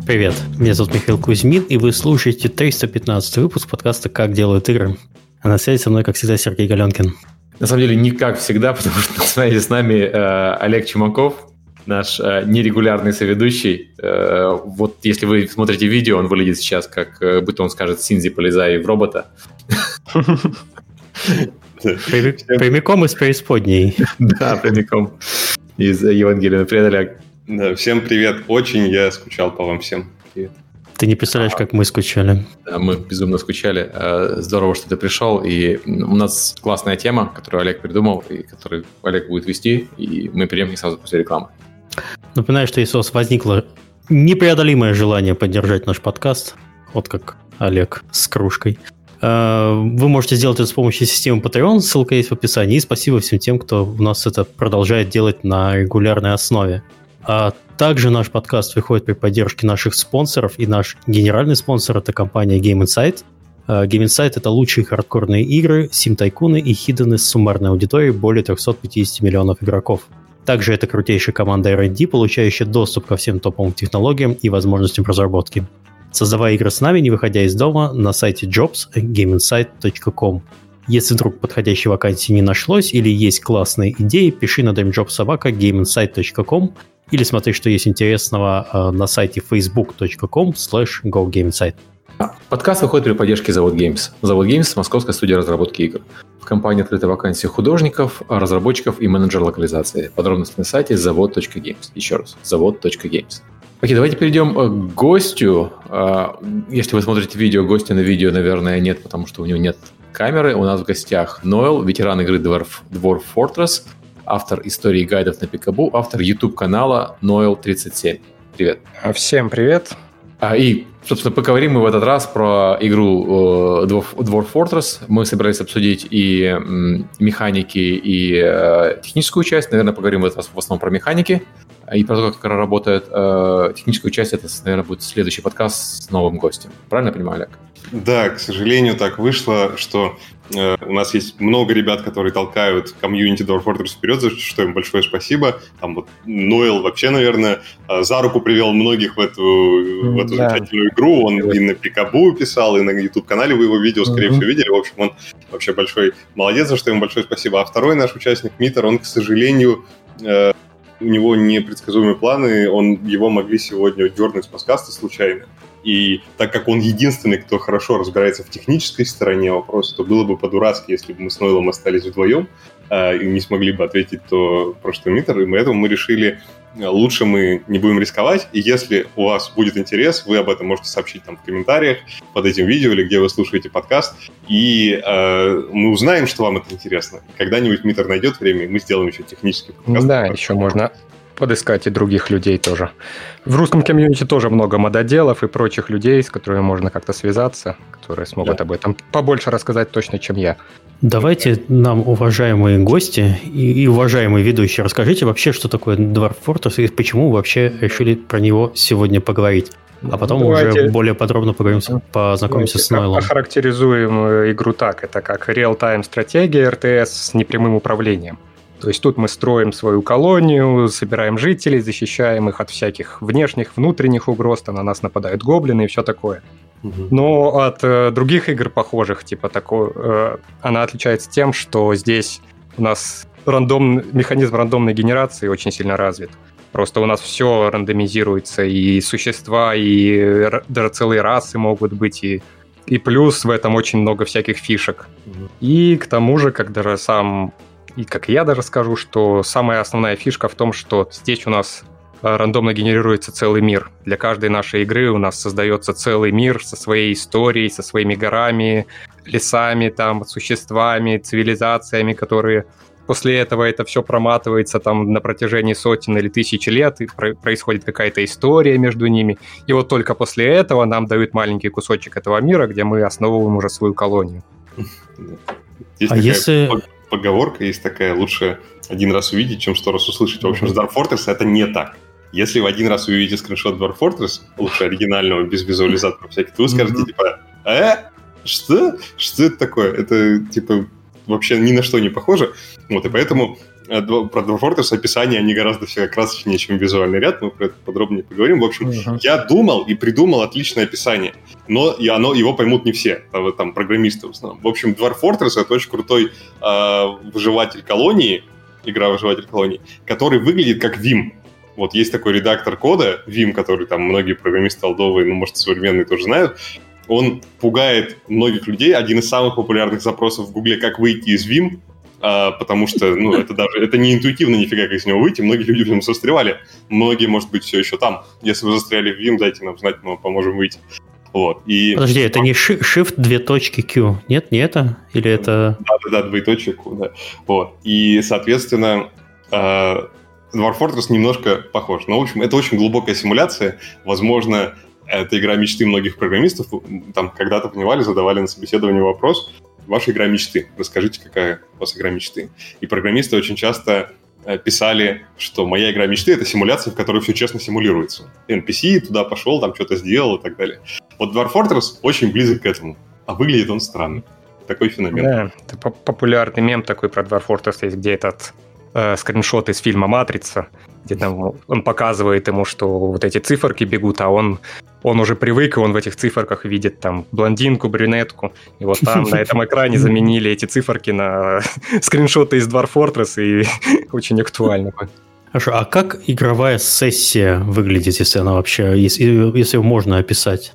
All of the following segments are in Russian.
Привет, меня зовут Михаил Кузьмин, и вы слушаете 315 выпуск подкаста «Как делают игры». А на связи со мной, как всегда, Сергей Галенкин. На самом деле, не как всегда, потому что с нами Олег Чумаков, наш нерегулярный соведущий. Вот если вы смотрите видео, он выглядит сейчас, как будто он скажет «Синзи, полезай в робота». Прямиком из преисподней. Да, прямиком из Евангелия. Привет, Олег. Да, всем привет. Очень я скучал по вам всем. Привет. Ты не представляешь, как мы скучали. Да, мы безумно скучали. Здорово, что ты пришел. И у нас классная тема, которую Олег придумал, и которую Олег будет вести, и мы перейдем к ней сразу после рекламы. Напоминаю, что если у вас возникло непреодолимое желание поддержать наш подкаст, вот как Олег с кружкой, вы можете сделать это с помощью системы Patreon, ссылка есть в описании. И спасибо всем тем, кто у нас это продолжает делать на регулярной основе. А также наш подкаст выходит при поддержке наших спонсоров, и наш генеральный спонсор – это компания Game Insight. Game Insight – это лучшие хардкорные игры, сим-тайкуны и хиддены с суммарной аудиторией более 350 миллионов игроков. Также это крутейшая команда R&D, получающая доступ ко всем топовым технологиям и возможностям разработки. Создавай игры с нами, не выходя из дома, на сайте jobs.gameinsight.com. Если вдруг подходящей вакансии не нашлось или есть классные идеи, пиши на dreamjobsobaka.gameinsight.com или смотри, что есть интересного на сайте facebook.com/gogameinsight. Подкаст выходит при поддержке Завод Games. Завод Games – московская студия разработки игр. В компании открыты вакансии художников, разработчиков и менеджер локализации. Подробности на сайте завод.games. Еще раз, завод.games. Окей, давайте перейдем к гостю. Если вы смотрите видео, гостя на видео, наверное, нет, потому что у него нет камеры. У нас в гостях Ноэл, ветеран игры Dwarf Fortress, автор истории и гайдов на Пикабу, автор YouTube-канала Noel37. Привет. Всем привет. И, собственно, поговорим мы в этот раз про игру Dwarf Fortress. Мы собирались обсудить и механики, и техническую часть. Наверное, поговорим в этот раз в основном про механики и про то, как игра работает. Техническую часть — это, наверное, будет следующий подкаст с новым гостем. Правильно я понимаю, Олег? Да, к сожалению, так вышло, что у нас есть много ребят, которые толкают комьюнити Dwarf Fortress вперед, за что им большое спасибо. Там вот Ноэл вообще, наверное, за руку привел многих в эту замечательную игру. Он и на Пикабу писал, и на YouTube-канале вы его видео, скорее всего, видели. В общем, он вообще большой молодец, за что ему большое спасибо. А второй наш участник, Митер, он, к сожалению, у него непредсказуемые планы, его могли сегодня дернуть с подкаста случайно. И так как он единственный, кто хорошо разбирается в технической стороне вопроса, то было бы по-дурацки, если бы мы с Нойлом остались вдвоем и не смогли бы ответить то, про что Митер. И поэтому мы решили, лучше мы не будем рисковать. И если у вас будет интерес, вы об этом можете сообщить там в комментариях под этим видео или где вы слушаете подкаст. И мы узнаем, что вам это интересно. Когда-нибудь Митер найдет время, и мы сделаем еще технический подкаст. Да, еще можно подыскать и других людей тоже. В русском комьюнити тоже много мододелов и прочих людей, с которыми можно как-то связаться, которые смогут об этом побольше рассказать точно, чем я. Давайте нам, уважаемые гости и уважаемые ведущие, расскажите вообще, что такое Dwarf Fortress и почему вы вообще решили про него сегодня поговорить. А потом уже более подробно познакомимся с Нойлом. Охарактеризуем игру так. Это как real-time стратегия RTS с непрямым управлением. То есть тут мы строим свою колонию, собираем жителей, защищаем их от всяких внешних, внутренних угроз, там на нас нападают гоблины и все такое. Но от других игр похожих, типа такой, она отличается тем, что здесь у нас механизм рандомной генерации очень сильно развит. Просто у нас все рандомизируется, и существа, и даже целые расы могут быть, и плюс в этом очень много всяких фишек. И к тому же, как я даже скажу, что самая основная фишка в том, что здесь у нас рандомно генерируется целый мир. Для каждой нашей игры у нас создается целый мир со своей историей, со своими горами, лесами, там, существами, цивилизациями, которые... После этого это все проматывается там на протяжении сотен или тысяч лет, и происходит какая-то история между ними. И вот только после этого нам дают маленький кусочек этого мира, где мы основываем уже свою колонию. Поговорка есть такая: лучше один раз увидеть, чем 100 раз услышать. В общем, с Dwarf Fortress это не так. Если вы один раз увидите скриншот Dwarf Fortress, лучше оригинального, без визуализатора всяких, то вы скажете, типа, что? Что это такое? Это, типа, вообще ни на что не похоже. Вот, и поэтому про Dwarf Fortress описания, они гораздо все красочнее, чем визуальный ряд, мы про это подробнее поговорим. В общем, я думал и придумал отличное описание, но его поймут не все, там программисты в основном. В общем, Dwarf Fortress — это очень крутой выживатель колонии, игра «Выживатель колонии», который выглядит как Vim. Вот есть такой редактор кода, Vim, который там многие программисты олдовые, ну, может, современные тоже знают. Он пугает многих людей. Один из самых популярных запросов в Гугле — как выйти из Vim, потому что, это не интуитивно нифига, как из него выйти. Многие люди в нем застревали. Многие, может быть, все еще там. Если вы застряли в Vim, дайте нам знать, мы вам поможем выйти. Вот. И... Подожди, это не Shift 2.Q? Нет, не это? Или это... Да, двоеточие Q, да. Вот. И, соответственно, Dwarf Fortress немножко похож. Но, в общем, это очень глубокая симуляция. Возможно, это игра мечты многих программистов. Там когда-то понимали, задавали на собеседовании вопрос: ваша игра мечты. Расскажите, какая у вас игра мечты. И программисты очень часто писали, что моя игра мечты — это симуляция, в которой все честно симулируется. NPC туда пошел, там что-то сделал и так далее. Вот Dwarf Fortress очень близок к этому. А выглядит он странно. Такой феномен. Да, это популярный мем такой про Dwarf Fortress есть, где этот скриншот из фильма «Матрица», где там он показывает ему, что вот эти циферки бегут, а он уже привык, и он в этих циферках видит там блондинку, брюнетку. И вот там на этом экране заменили эти циферки на скриншоты из Dwarf Fortress, и очень актуально. Хорошо, а как игровая сессия выглядит, если она вообще, если ее можно описать?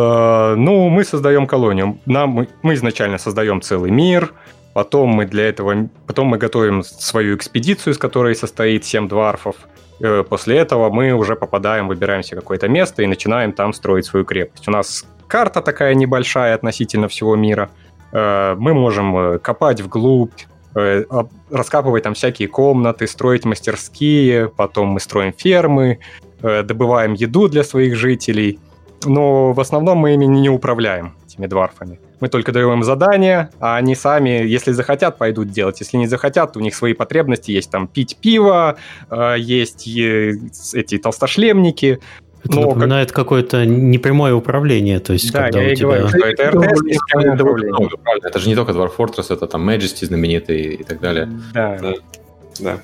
Мы создаем колонию. Мы изначально создаем целый мир. Потом мы готовим свою экспедицию, из которой состоит 7 дварфов. После этого мы уже выбираем себе какое-то место и начинаем там строить свою крепость. У нас карта такая небольшая относительно всего мира. Мы можем копать вглубь, раскапывать там всякие комнаты, строить мастерские, потом мы строим фермы, добываем еду для своих жителей. Но в основном мы ими не управляем, этими дварфами. Мы только даем им задания, а они сами, если захотят, пойдут делать. Если не захотят, то у них свои потребности есть. Там пить пиво, есть эти толстошлемники. Это напоминает какое-то непрямое управление. То есть, да, когда я и говорю, что это РТС не прямое управление. Это же не только Dwarf Fortress, это там Majesty знаменитый и так далее. Да.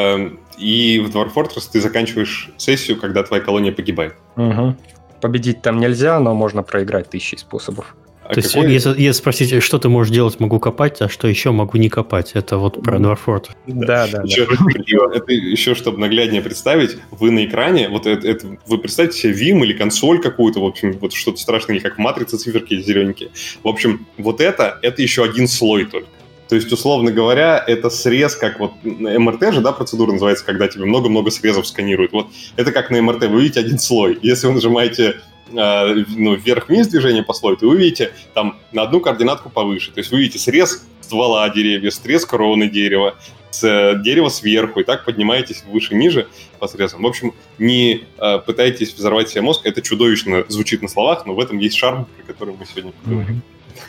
И в Dwarf Fortress ты заканчиваешь сессию, когда твоя колония погибает. Угу. Победить там нельзя, но можно проиграть 1000 способов. То есть, если спросить, что ты можешь делать, могу копать, а что еще могу не копать. Это вот про Dwarf Fortress. Да. Это еще, чтобы нагляднее представить, вы на экране, вот это вы представьте себе Vim или консоль какую-то, в общем, вот что-то страшное, как в матрице, циферки зелененькие. В общем, вот это еще один слой только. То есть, условно говоря, это срез, как вот МРТ же, да, процедура называется, когда тебе много-много срезов сканируют. Вот это как на МРТ, вы видите один слой. Если вы нажимаете вверх-вниз движение по слою, то вы видите там на одну координатку повыше. То есть вы видите срез ствола деревья, срез кроны дерева, дерево сверху, и так поднимаетесь выше-ниже по срезам. В общем, не пытайтесь взорвать себе мозг. Это чудовищно звучит на словах, но в этом есть шарм, про который мы сегодня поговорим.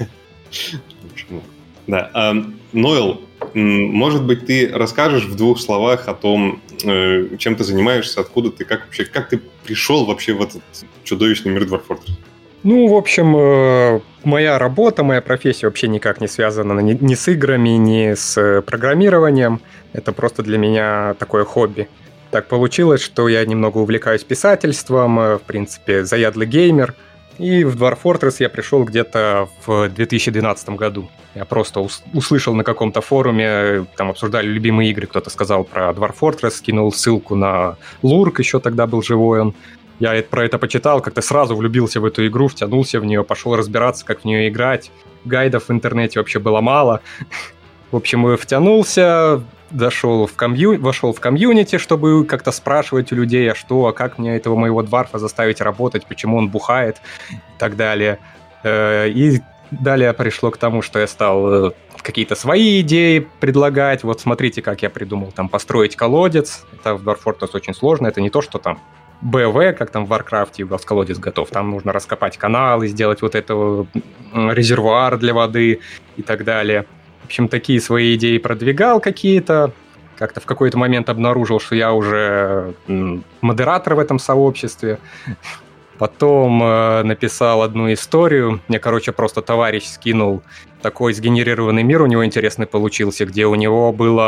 Да. Ноэл, может быть, ты расскажешь в 2 словах о том, чем ты занимаешься, откуда ты, как ты пришел вообще в этот чудовищный мир Dwarf Fortress? В общем, моя работа, моя профессия вообще никак не связана ни с играми, ни с программированием. Это просто для меня такое хобби. Так получилось, что я немного увлекаюсь писательством, в принципе, заядлый геймер. И в Dwarf Fortress я пришел где-то в 2012 году. Я просто услышал на каком-то форуме, там обсуждали любимые игры, кто-то сказал про Dwarf Fortress, скинул ссылку на Лурк, еще тогда был живой он. Я про это почитал, как-то сразу влюбился в эту игру, втянулся в нее, пошел разбираться, как в нее играть. Гайдов в интернете вообще было мало. В общем, втянулся, вошел в комьюнити, чтобы как-то спрашивать у людей, а как мне этого моего дварфа заставить работать, почему он бухает и так далее. И далее пришло к тому, что я стал какие-то свои идеи предлагать. Вот смотрите, как я придумал там построить колодец. Это в Dwarf Fortress очень сложно, это не то, что там БВ, как там в Warcraft, у вас колодец готов. Там нужно раскопать каналы, сделать вот этого резервуар для воды и так далее. В общем, такие свои идеи продвигал какие-то. Как-то в какой-то момент обнаружил, что я уже модератор в этом сообществе. Потом написал одну историю. Мне, просто товарищ скинул такой сгенерированный мир, у него интересный получился, где у него было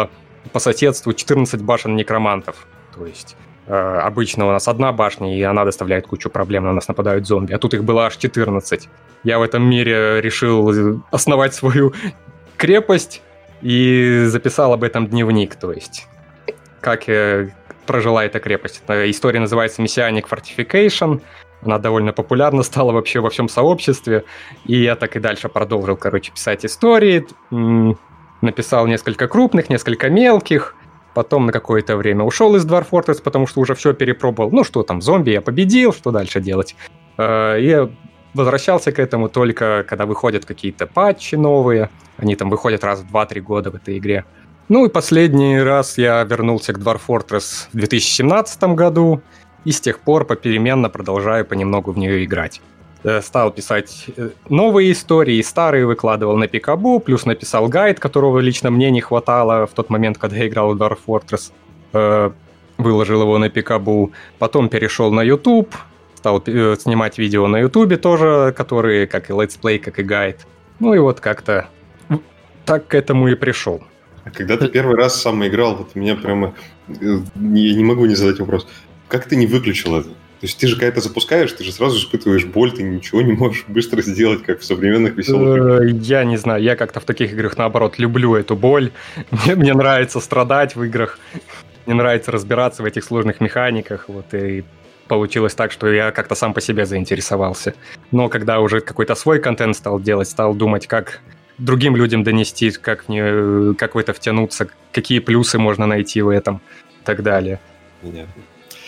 по соседству 14 башен некромантов. То есть обычно у нас одна башня, и она доставляет кучу проблем, на нас нападают зомби, а тут их было аж 14. Я в этом мире решил основать свою крепость и записал об этом дневник, то есть как прожила эта крепость. Эта история называется Messianic Fortification. Она довольно популярна стала вообще во всем сообществе. И я так и дальше продолжил, писать истории. Написал несколько крупных, несколько мелких. Потом на какое-то время ушел из Dwarf Fortress, потому что уже все перепробовал. Ну что там, зомби я победил, что дальше делать? И возвращался к этому только когда выходят какие-то патчи новые. Они там выходят раз в 2-3 года в этой игре. Ну и последний раз я вернулся к Dwarf Fortress в 2017 году. И с тех пор попеременно продолжаю понемногу в нее играть. Стал писать новые истории, старые выкладывал на Пикабу, плюс написал гайд, которого лично мне не хватало в тот момент, когда я играл в Dwarf Fortress. Выложил его на Пикабу. Потом перешел на YouTube, стал снимать видео на YouTube тоже, которые как и летсплей, как и гайд. Ну и вот как-то так к этому и пришел. А когда ты первый раз сам играл, вот меня прямо... Я не могу не задать вопрос. Как ты не выключил это? То есть ты же когда это запускаешь, ты же сразу испытываешь боль, ты ничего не можешь быстро сделать, как в современных веселых играх. Я не знаю, я как-то в таких играх, наоборот, люблю эту боль. Мне нравится страдать в играх, мне нравится разбираться в этих сложных механиках. Вот, и получилось так, что я как-то сам по себе заинтересовался. Но когда уже какой-то свой контент стал делать, стал думать, как другим людям донести, как в это втянуться, какие плюсы можно найти в этом и так далее. Понятно.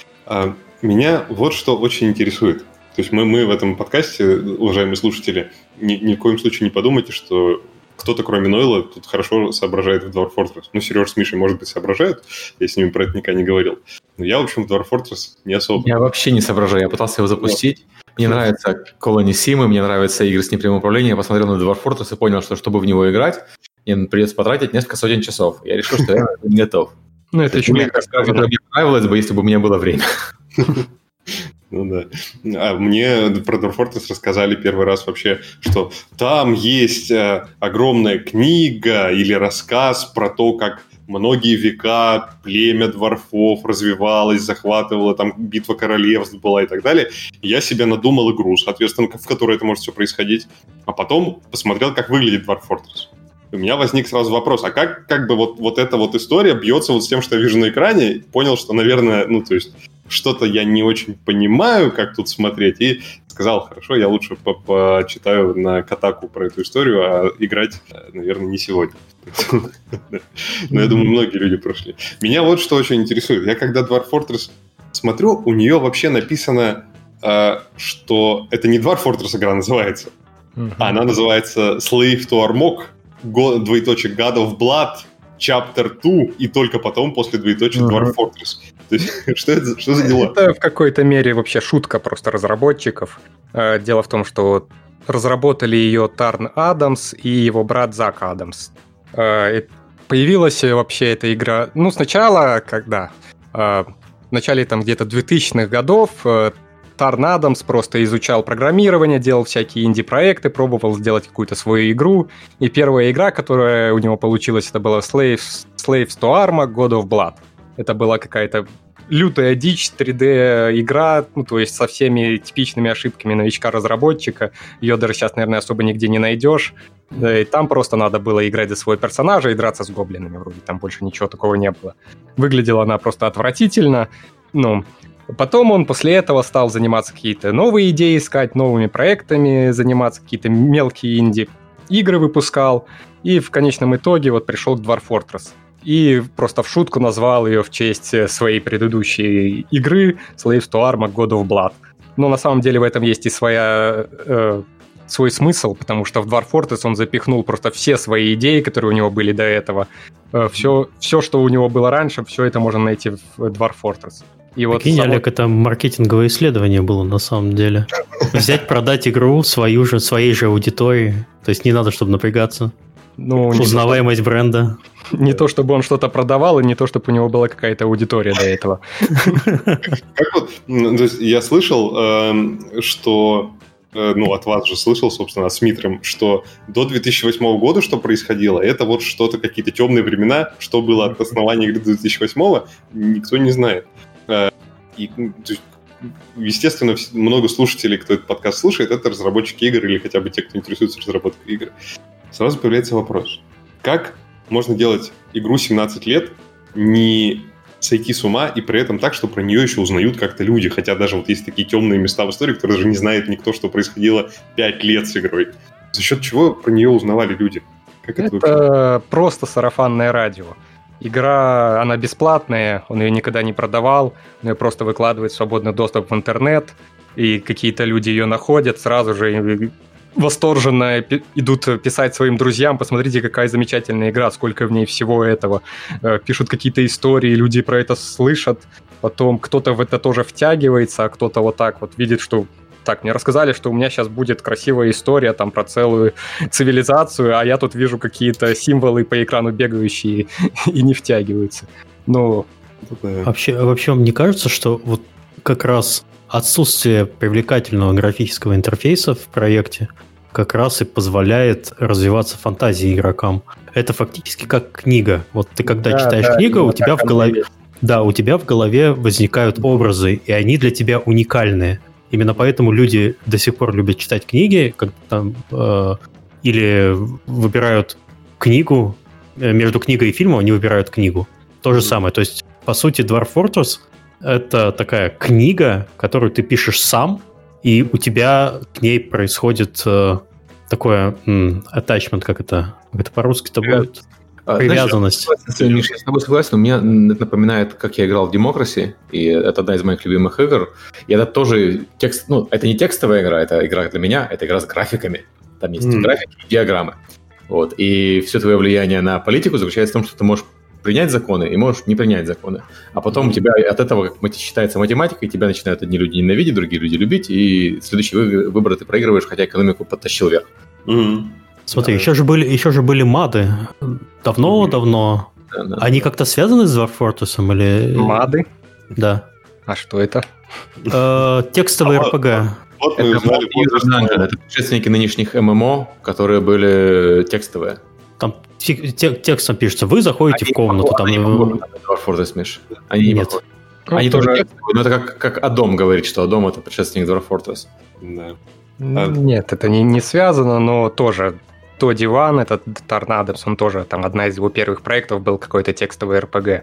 Меня вот что очень интересует. То есть мы в этом подкасте, уважаемые слушатели, ни в коем случае не подумайте, что кто-то, кроме Нойла, тут хорошо соображает в Dwarf Fortress. Ну, Сереж с Мишей, может быть, соображают, я с ними про это никогда не говорил. Но я, в общем, в Dwarf Fortress не особо. Я вообще не соображаю, я пытался его запустить. Мне нравятся Colony Sim, мне нравятся игры с непрямым управлением. Я посмотрел на Dwarf Fortress и понял, что чтобы в него играть, мне придется потратить несколько сотен часов. Я решил, что я не готов. Ну, это еще мне нравилось бы, если бы у меня было время. Ну да. А мне про Dwarf Fortress рассказали первый раз вообще, что там есть огромная книга или рассказ про то, как многие века племя дворфов развивалось, захватывало, там битва королевств была и так далее. И я себе надумал игру, соответственно, в которой это может все происходить. А потом посмотрел, как выглядит Dwarf Fortress. У меня возник сразу вопрос, а как бы вот эта вот история бьется вот с тем, что я вижу на экране? Понял, что, наверное, то есть что-то я не очень понимаю, как тут смотреть, и сказал, хорошо, я лучше почитаю на Kotaku про эту историю, а играть, наверное, не сегодня. Но я думаю, многие люди прошли. Меня вот что очень интересует. Я когда Dwarf Fortress смотрю, у нее вообще написано, что это не Dwarf Fortress игра называется, а она называется Slave to Armok, двоеточие God of Blood, Chapter 2, и только потом, после двоеточия, Dwarf Fortress. То есть, что за дела? Это в какой-то мере вообще шутка просто разработчиков. Дело в том, что разработали ее Тарн Адамс и его брат Зак Адамс. Появилась вообще эта игра... Ну, сначала, когда... В начале там где-то 2000-х годов Тарн Адамс просто изучал программирование, делал всякие инди-проекты, пробовал сделать какую-то свою игру. И первая игра, которая у него получилась, это была Slaves to Armok God of Blood. Это была какая-то лютая дичь, 3D-игра, то есть со всеми типичными ошибками новичка-разработчика. Ее даже сейчас, наверное, особо нигде не найдешь. И там просто надо было играть за своего персонажа и драться с гоблинами вроде. Там больше ничего такого не было. Выглядела она просто отвратительно. Потом он после этого стал заниматься какие-то новые идеи искать, новыми проектами заниматься, какие-то мелкие инди-игры выпускал. И в конечном итоге вот пришел к Dwarf Fortress. И просто в шутку назвал ее в честь своей предыдущей игры Slaves to Armok God of Blood. Но на самом деле в этом есть и свой смысл, потому что в Dwarf Fortress он запихнул просто все свои идеи, которые у него были до этого. Все, что у него было раньше, все это можно найти в Dwarf Fortress. И вот Олег, это маркетинговое исследование было на самом деле. Взять, продать игру своей же аудитории. То есть не надо, чтобы напрягаться. Узнаваемость бренда. Не то, чтобы он что-то продавал, и не то, чтобы у него была какая-то аудитория до этого. Как вот, то есть я слышал, что от вас же слышал, собственно, с Митром, что до 2008 года что происходило, это вот что-то, какие-то темные времена, что было от основания игры до 2008, никто не знает. И, естественно, много слушателей, кто этот подкаст слушает, это разработчики игр или хотя бы те, кто интересуется разработкой игр. Сразу появляется вопрос. Как можно делать игру 17 лет, не сойти с ума, и при этом так, что про нее еще узнают как-то люди, хотя даже вот есть такие темные места в истории, которые даже не знает никто, что происходило 5 лет с игрой. За счет чего про нее узнавали люди? Как это просто сарафанное радио. Игра, она бесплатная, он ее никогда не продавал, он ее просто выкладывает в свободный доступ в интернет, и какие-то люди ее находят, сразу же восторженно идут писать своим друзьям: посмотрите, какая замечательная игра, сколько в ней всего этого. Пишут какие-то истории, люди про это слышат, потом кто-то в это тоже втягивается, а кто-то вот так вот видит, что так, мне рассказали, что у меня сейчас будет красивая история там про целую цивилизацию, а я тут вижу какие-то символы по экрану бегающие и не втягиваются. Ну, Вообще, мне кажется, что вот как раз отсутствие привлекательного графического интерфейса в проекте как раз и позволяет развиваться фантазии игрокам. Это фактически как книга. Вот ты когда читаешь книгу, у тебя в голове... Да, у тебя в голове возникают образы, и они для тебя уникальные. Именно поэтому люди до сих пор любят читать книги, или выбирают книгу, между книгой и фильмом они выбирают книгу. То же самое. То есть, по сути, Dwarf Fortress — это такая книга, которую ты пишешь сам, и у тебя к ней происходит такое attachment, как это по-русски-то будет? Привязанность. Знаешь, Миша, я с тобой согласен, но мне это напоминает, как я играл в Democracy, и это одна из моих любимых игр. И это тоже текст, это не текстовая игра, это игра для меня, это игра с графиками. Там есть графики и диаграммы. Вот. И все твое влияние на политику заключается в том, что ты можешь принять законы и можешь не принять законы. А потом у тебя от этого, как считается математика, и тебя начинают одни люди ненавидеть, другие люди любить, и следующие выборы ты проигрываешь, хотя экономику подтащил вверх. Смотри, еще же были мады. Давно-давно. Да. Они как-то связаны с Dwarf Fortress или... Мады? Да. А что это? Текстовые RPG. Вот мы узнали. Это предшественники нынешних ММО, которые были текстовые. Там текстом пишется: вы заходите в комнату. Они Dwarf Fortress, Миш. Они не похожи. Они тоже текстовые, но это как Адом говорит, что Адом — это предшественник Dwarf Fortress. Да. Нет, это не связано, но тоже Тодди Ван, этот Торнадос, он тоже, там, одна из его первых проектов был какой-то текстовый РПГ.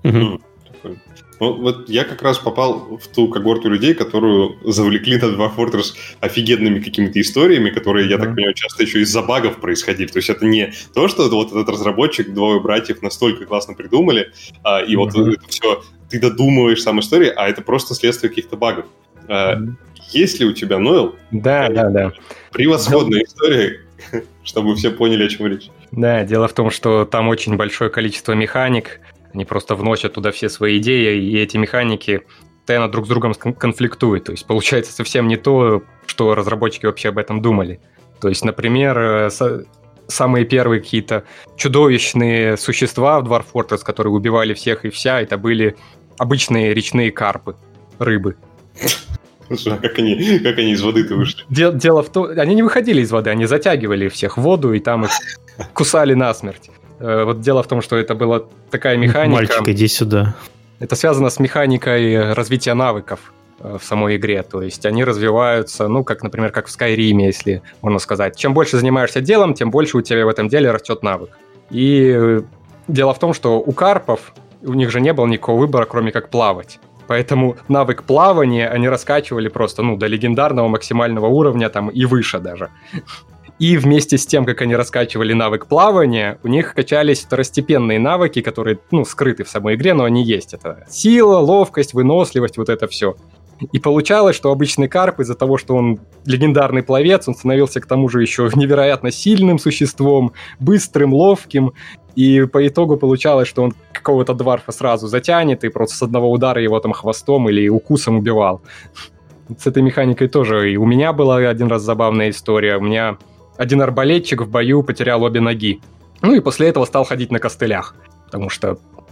Вот я как раз попал в ту когорту людей, которую завлекли на Dwarf Fortress офигенными какими-то историями, которые, я так понимаю, часто еще из-за багов происходили. То есть это не то, что вот этот разработчик, двое братьев настолько классно придумали, и вот это все, ты додумываешь сам истории, а это просто следствие каких-то багов. Есть ли у тебя, Ноэл? Да. Превосходная история, чтобы все поняли, о чем речь. Да, дело в том, что там очень большое количество механик, они просто вносят туда все свои идеи, и эти механики постоянно друг с другом конфликтуют. То есть получается совсем не то, что разработчики вообще об этом думали. То есть, например, самые первые какие-то чудовищные существа в Dwarf Fortress, которые убивали всех и вся, это были обычные речные карпы, рыбы. А как они из воды-то вышли? Дело в том, они не выходили из воды, они затягивали всех в воду и там их кусали насмерть. Вот дело в том, что это была такая механика... Мальчик, иди сюда. Это связано с механикой развития навыков в самой игре. То есть они развиваются, как, например, как в Skyrim, если можно сказать. Чем больше занимаешься делом, тем больше у тебя в этом деле растет навык. И дело в том, что у карпов, у них же не было никакого выбора, кроме как плавать. Поэтому навык плавания они раскачивали просто, до легендарного максимального уровня там и выше даже. И вместе с тем, как они раскачивали навык плавания, у них качались второстепенные навыки, которые, скрыты в самой игре, но они есть. Это сила, ловкость, выносливость, вот это все. И получалось, что обычный карп из-за того, что он легендарный пловец, он становился к тому же еще невероятно сильным существом, быстрым, ловким. И по итогу получалось, что он какого-то дварфа сразу затянет и просто с одного удара его там хвостом или укусом убивал. С этой механикой тоже и у меня была один раз забавная история. У меня один арбалетчик в бою потерял обе ноги. И после этого стал ходить на костылях. Потому что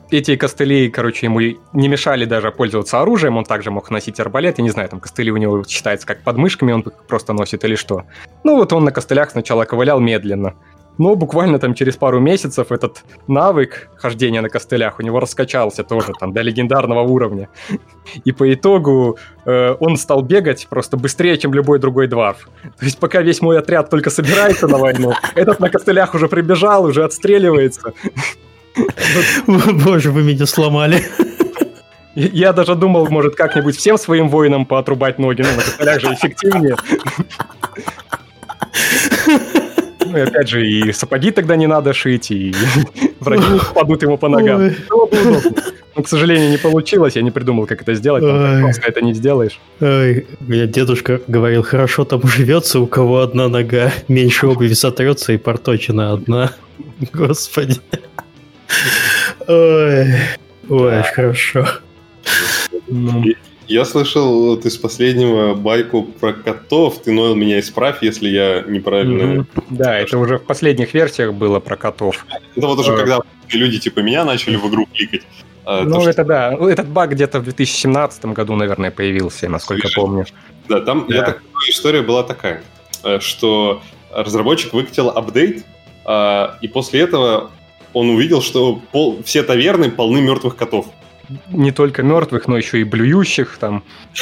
эти костыли, короче, ему не мешали даже пользоваться оружием, он также мог носить арбалет, я не знаю, там костыли у него считается как подмышками, он просто носит или что. Ну вот он на костылях сначала ковылял медленно, но буквально там через пару месяцев этот навык хождения на костылях у него раскачался тоже там до легендарного уровня. И по итогу он стал бегать просто быстрее, чем любой другой дварф. То есть пока весь мой отряд только собирается на войну, этот на костылях уже прибежал, уже отстреливается. Боже, вы меня сломали. Я даже думал, может, как-нибудь всем своим воинам поотрубать ноги, ну, на костылях же эффективнее. Ну, и опять же, и сапоги тогда не надо шить, и враги не попадут ему по ногам. Было бы удобно. Но, к сожалению, не получилось, я не придумал, как это сделать, так просто это не сделаешь. Ой, у меня дедушка говорил, хорошо там живется, у кого одна нога, меньше обуви сотрется и порточина одна. Господи. Ой, очень хорошо. Я слышал вот из последнего байку про котов. Ты, Ноэл, меня исправь, если я неправильно... Да, это уже в последних версиях было про котов. Это вот уже когда люди типа меня начали в игру кликать. Ну, это да. Этот баг где-то в 2017 году, наверное, появился, насколько помню. Да, там, я так понимаю, история была такая, что разработчик выкатил апдейт, и после этого он увидел, что все таверны полны мертвых котов. Не только мертвых, но еще и блюющих там.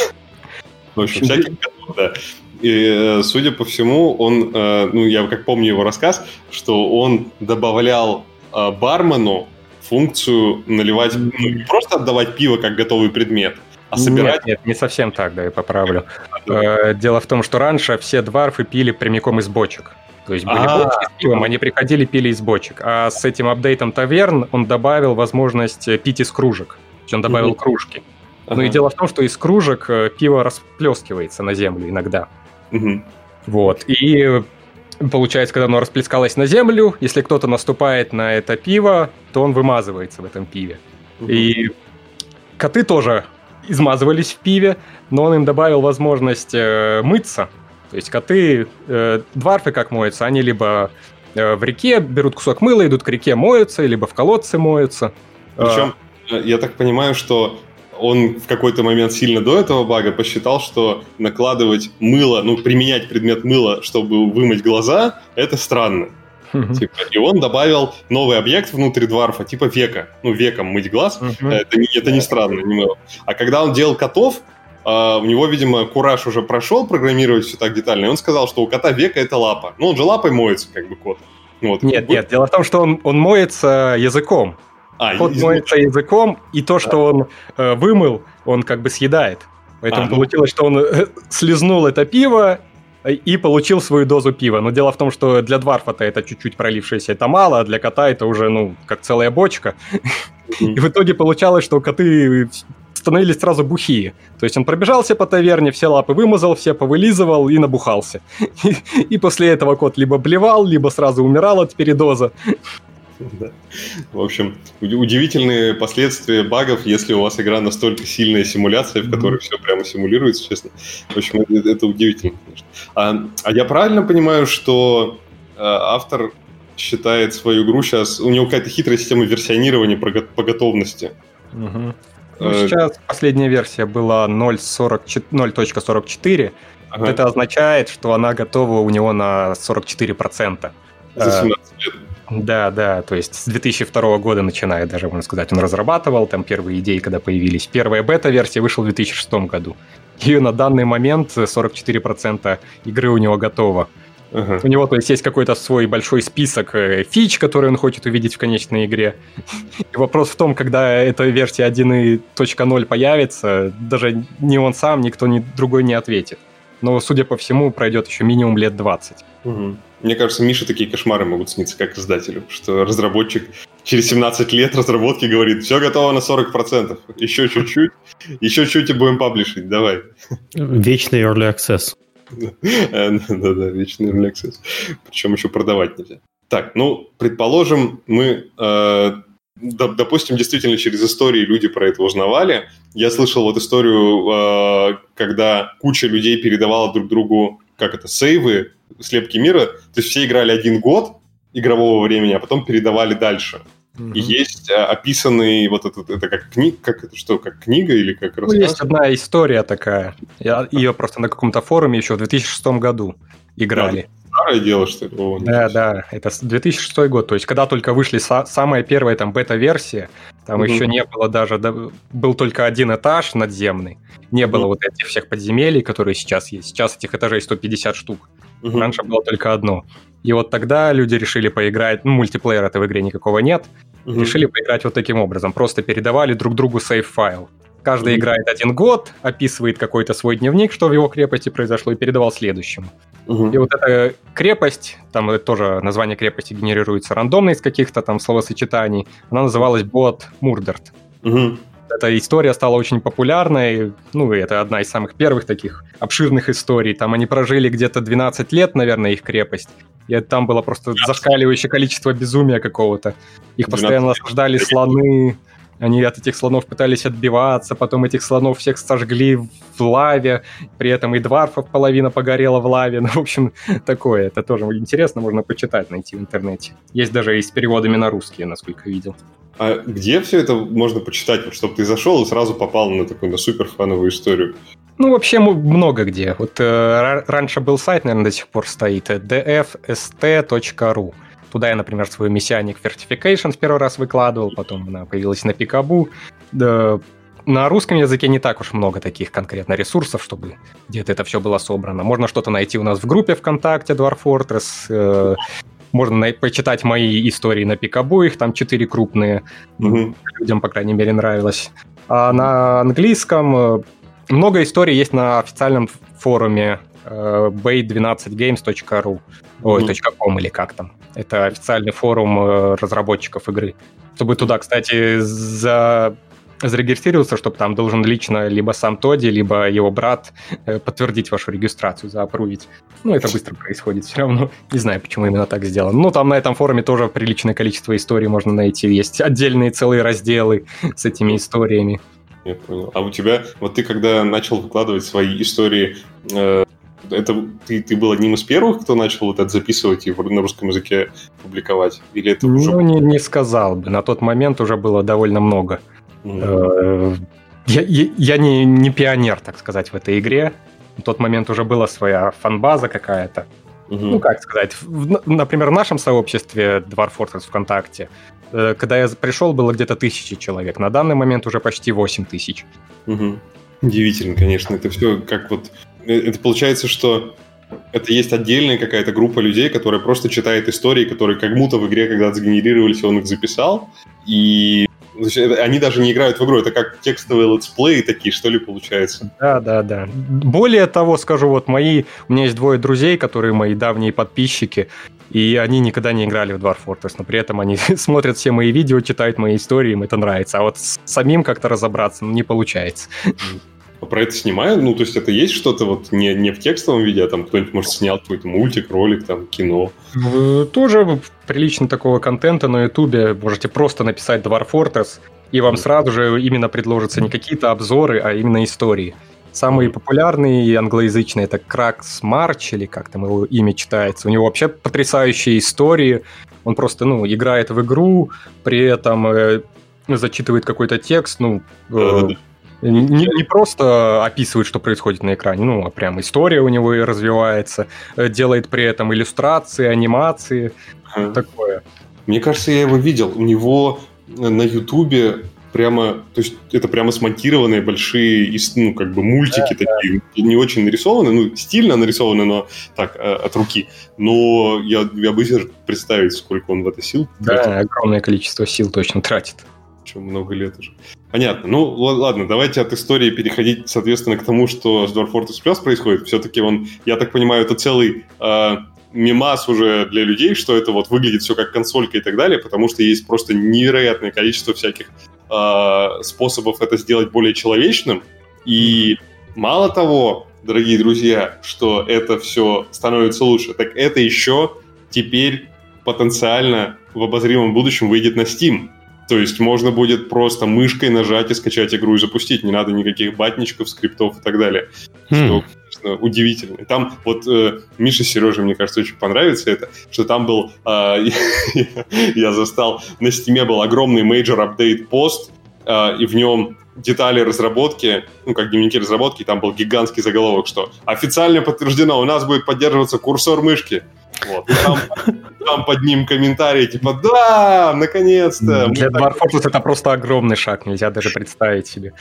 В общем, всяких котов, да. И, судя по всему, он, ну, я как помню его рассказ, что он добавлял бармену функцию наливать, ну, не просто отдавать пиво как готовый предмет, а собирать... Нет, не совсем так, да, я поправлю. Дело в том, что раньше все дварфы пили прямиком из бочек. То есть были бочки с пивом, они приходили, пили из бочек. А с этим апдейтом таверн он добавил возможность пить из кружек. То есть он добавил кружки. Ну и дело в том, что из кружек пиво расплескивается на землю иногда. Вот. И получается, когда оно расплескалось на землю, если кто-то наступает на это пиво, то он вымазывается в этом пиве. И коты тоже измазывались в пиве, но он им добавил возможность мыться. То есть коты, дварфы как моются, они либо в реке берут кусок мыла, идут к реке, моются, либо в колодце моются. Причем, я так понимаю, что он в какой-то момент сильно до этого бага посчитал, что накладывать мыло, ну, применять предмет мыла, чтобы вымыть глаза, это странно. Типа, и он добавил новый объект внутри дварфа, типа века. Ну, веком мыть глаз, это не странно. Немного. А когда он делал котов, у него, видимо, кураж уже прошел программировать все так детально, и он сказал, что у кота века это лапа. Ну, он же лапой моется, как бы, кот. Вот. Нет, дело в том, что он моется языком. Кот моется языком, и то, что он вымыл, он как бы съедает. Поэтому получилось, что он слезнул это пиво и получил свою дозу пива. Но дело в том, что для дварфа-то это чуть-чуть пролившееся, это мало, а для кота это уже, ну, как целая бочка. И в итоге получалось, что коты становились сразу бухие. То есть он пробежался по таверне, все лапы вымазал, все повылизывал и набухался. И после этого кот либо блевал, либо сразу умирал от передоза. Да. В общем, удивительные последствия багов, если у вас игра настолько сильная симуляция, в которой все прямо симулируется, честно. В общем, это удивительно, конечно. А я правильно понимаю, что автор считает свою игру сейчас... У него какая-то хитрая система версионирования по готовности. Ну, сейчас последняя версия была 0.44. Это означает, что она готова у него на 44%. За 17 лет. Да, то есть с 2002 года начиная, даже можно сказать, он разрабатывал, там первые идеи, когда появились. Первая бета-версия вышла в 2006 году. И на данный момент 44% игры у него готово. У него, то есть какой-то свой большой список фич, которые он хочет увидеть в конечной игре. И вопрос в том, когда эта версия 1.0 появится, даже ни он сам, никто другой не ответит. Но, судя по всему, пройдет еще минимум лет 20. Мне кажется, Мише такие кошмары могут сниться, как издателю, что разработчик через 17 лет разработки говорит, все готово на 40%, еще чуть-чуть и будем паблишить, давай. Вечный early access. Да, вечный early access. Причем еще продавать нельзя. Так, ну, предположим, мы, допустим, действительно через истории люди про это узнавали. Я слышал вот историю, когда куча людей передавала друг другу, сейвы, слепки мира. То есть все играли 1 год игрового времени, а потом передавали дальше. И есть описанный вот этот, это как книга или как рассказ? Есть одна история такая. Ее просто на каком-то форуме еще в 2006 году играли. Старое дело, что ли? Да, это 2006 год. То есть, когда только вышли самая первая там бета-версия, там еще не было даже... Был только один этаж надземный. Не было вот этих всех подземелий, которые сейчас есть. Сейчас этих этажей 150 штук. Раньше было только одно. И вот тогда люди решили поиграть... мультиплеера-то в игре никакого нет. Решили поиграть вот таким образом. Просто передавали друг другу сейв-файл. Каждый играет 1 год, описывает какой-то свой дневник, что в его крепости произошло, и передавал следующему. И вот эта крепость, там тоже название крепости генерируется рандомно из каких-то там словосочетаний, она называлась Boat Murdered. Эта история стала очень популярной, и это одна из самых первых таких обширных историй. Там они прожили где-то 12 лет, наверное, их крепость, и там было просто зашкаливающее количество безумия какого-то. Их постоянно осаждали слоны, они от этих слонов пытались отбиваться, потом этих слонов всех сожгли в лаве, при этом и дварфов половина погорела в лаве. В общем, такое. Это тоже интересно, можно почитать, найти в интернете. Есть даже и с переводами на русский, насколько видел. А где все это можно почитать, вот, чтобы ты зашел и сразу попал на такую суперфановую историю? Вообще много где. Вот раньше был сайт, наверное, до сих пор стоит, dfst.ru. Туда я, например, свою Messianic Fortification в первый раз выкладывал, потом она появилась на Пикабу. Да, на русском языке не так уж много таких конкретно ресурсов, чтобы где-то это все было собрано. Можно что-то найти у нас в группе ВКонтакте Dwarf Fortress, можно почитать мои истории на Пикабу, их там 4 крупные. Людям, по крайней мере, нравилось. А на английском много историй есть на официальном форуме bay12games.ru, .com или как там. Это официальный форум разработчиков игры. Чтобы туда, кстати, зарегистрироваться, чтобы там должен лично либо сам Тодди, либо его брат подтвердить вашу регистрацию, заапрувить. Это быстро происходит все равно. Не знаю, почему именно так сделано. Там на этом форуме тоже приличное количество историй можно найти. Есть отдельные целые разделы с этими историями. Я понял. А у тебя, вот ты когда начал выкладывать свои истории, это ты был одним из первых, кто начал вот это записывать и на русском языке публиковать? Или это уже... не сказал бы. На тот момент уже было довольно много. Я не пионер, так сказать, в этой игре. В тот момент уже была своя фан-база какая-то. Как сказать, например, в нашем сообществе Dwarf Fortress ВКонтакте, когда я пришел, было где-то 1000 человек. На данный момент уже почти 8000. Удивительно, конечно. Это все как вот... Это получается, что это есть отдельная какая-то группа людей, которая просто читает истории, которые как будто в игре когда-то сгенерировались, он их записал, и они даже не играют в игру. Это как текстовые летсплеи такие, что ли, получается? Да. Более того, скажу, у меня есть 2 друзей, которые мои давние подписчики, и они никогда не играли в Dwarf Fortress, но при этом они смотрят все мои видео, читают мои истории, им это нравится. А вот самим как-то разобраться не получается. Про это снимают? То есть это есть что-то вот не в текстовом виде, а там кто-нибудь, может, снял какой-то мультик, ролик, там, кино? Тоже прилично такого контента на Ютубе. Можете просто написать Dwarf Fortress, и вам сразу же именно предложатся не какие-то обзоры, а именно истории. Самые популярные и англоязычные — это Кракс Марч, или как там его имя читается. У него вообще потрясающие истории. Он просто, играет в игру, при этом зачитывает какой-то текст, Не просто описывает, что происходит на экране, а прям история у него и развивается, делает при этом иллюстрации, анимации, такое. Мне кажется, я его видел. У него на Ютубе прямо, то есть это прямо смонтированные большие, мультики такие, не очень нарисованы, стильно нарисованы, но так, от руки. Но я боюсь даже представить, сколько он в это сил тратит. Да, огромное количество сил точно тратит. Много лет уже. Понятно. Ладно, давайте от истории переходить, соответственно, к тому, что с Dwarf Fortress Plus происходит. Все-таки я так понимаю, это целый мемас уже для людей, что это вот выглядит все как консолька и так далее, потому что есть просто невероятное количество всяких способов это сделать более человечным. И мало того, дорогие друзья, что это все становится лучше, так это еще теперь потенциально в обозримом будущем выйдет на Steam. То есть можно будет просто мышкой нажать и скачать игру и запустить. Не надо никаких батничков, скриптов и так далее. Что просто удивительный. Там вот Миша с Сережей, мне кажется, очень понравится это, что там был, я застал, на Steam был огромный major update пост, и в нем детали разработки, ну, как дневники разработки, там был гигантский заголовок, что официально подтверждено, у нас будет поддерживаться курсор мышки. Вот. И там под ним комментарии, типа, да, наконец-то. Для Dwarf Fortress это просто огромный шаг, нельзя даже представить себе.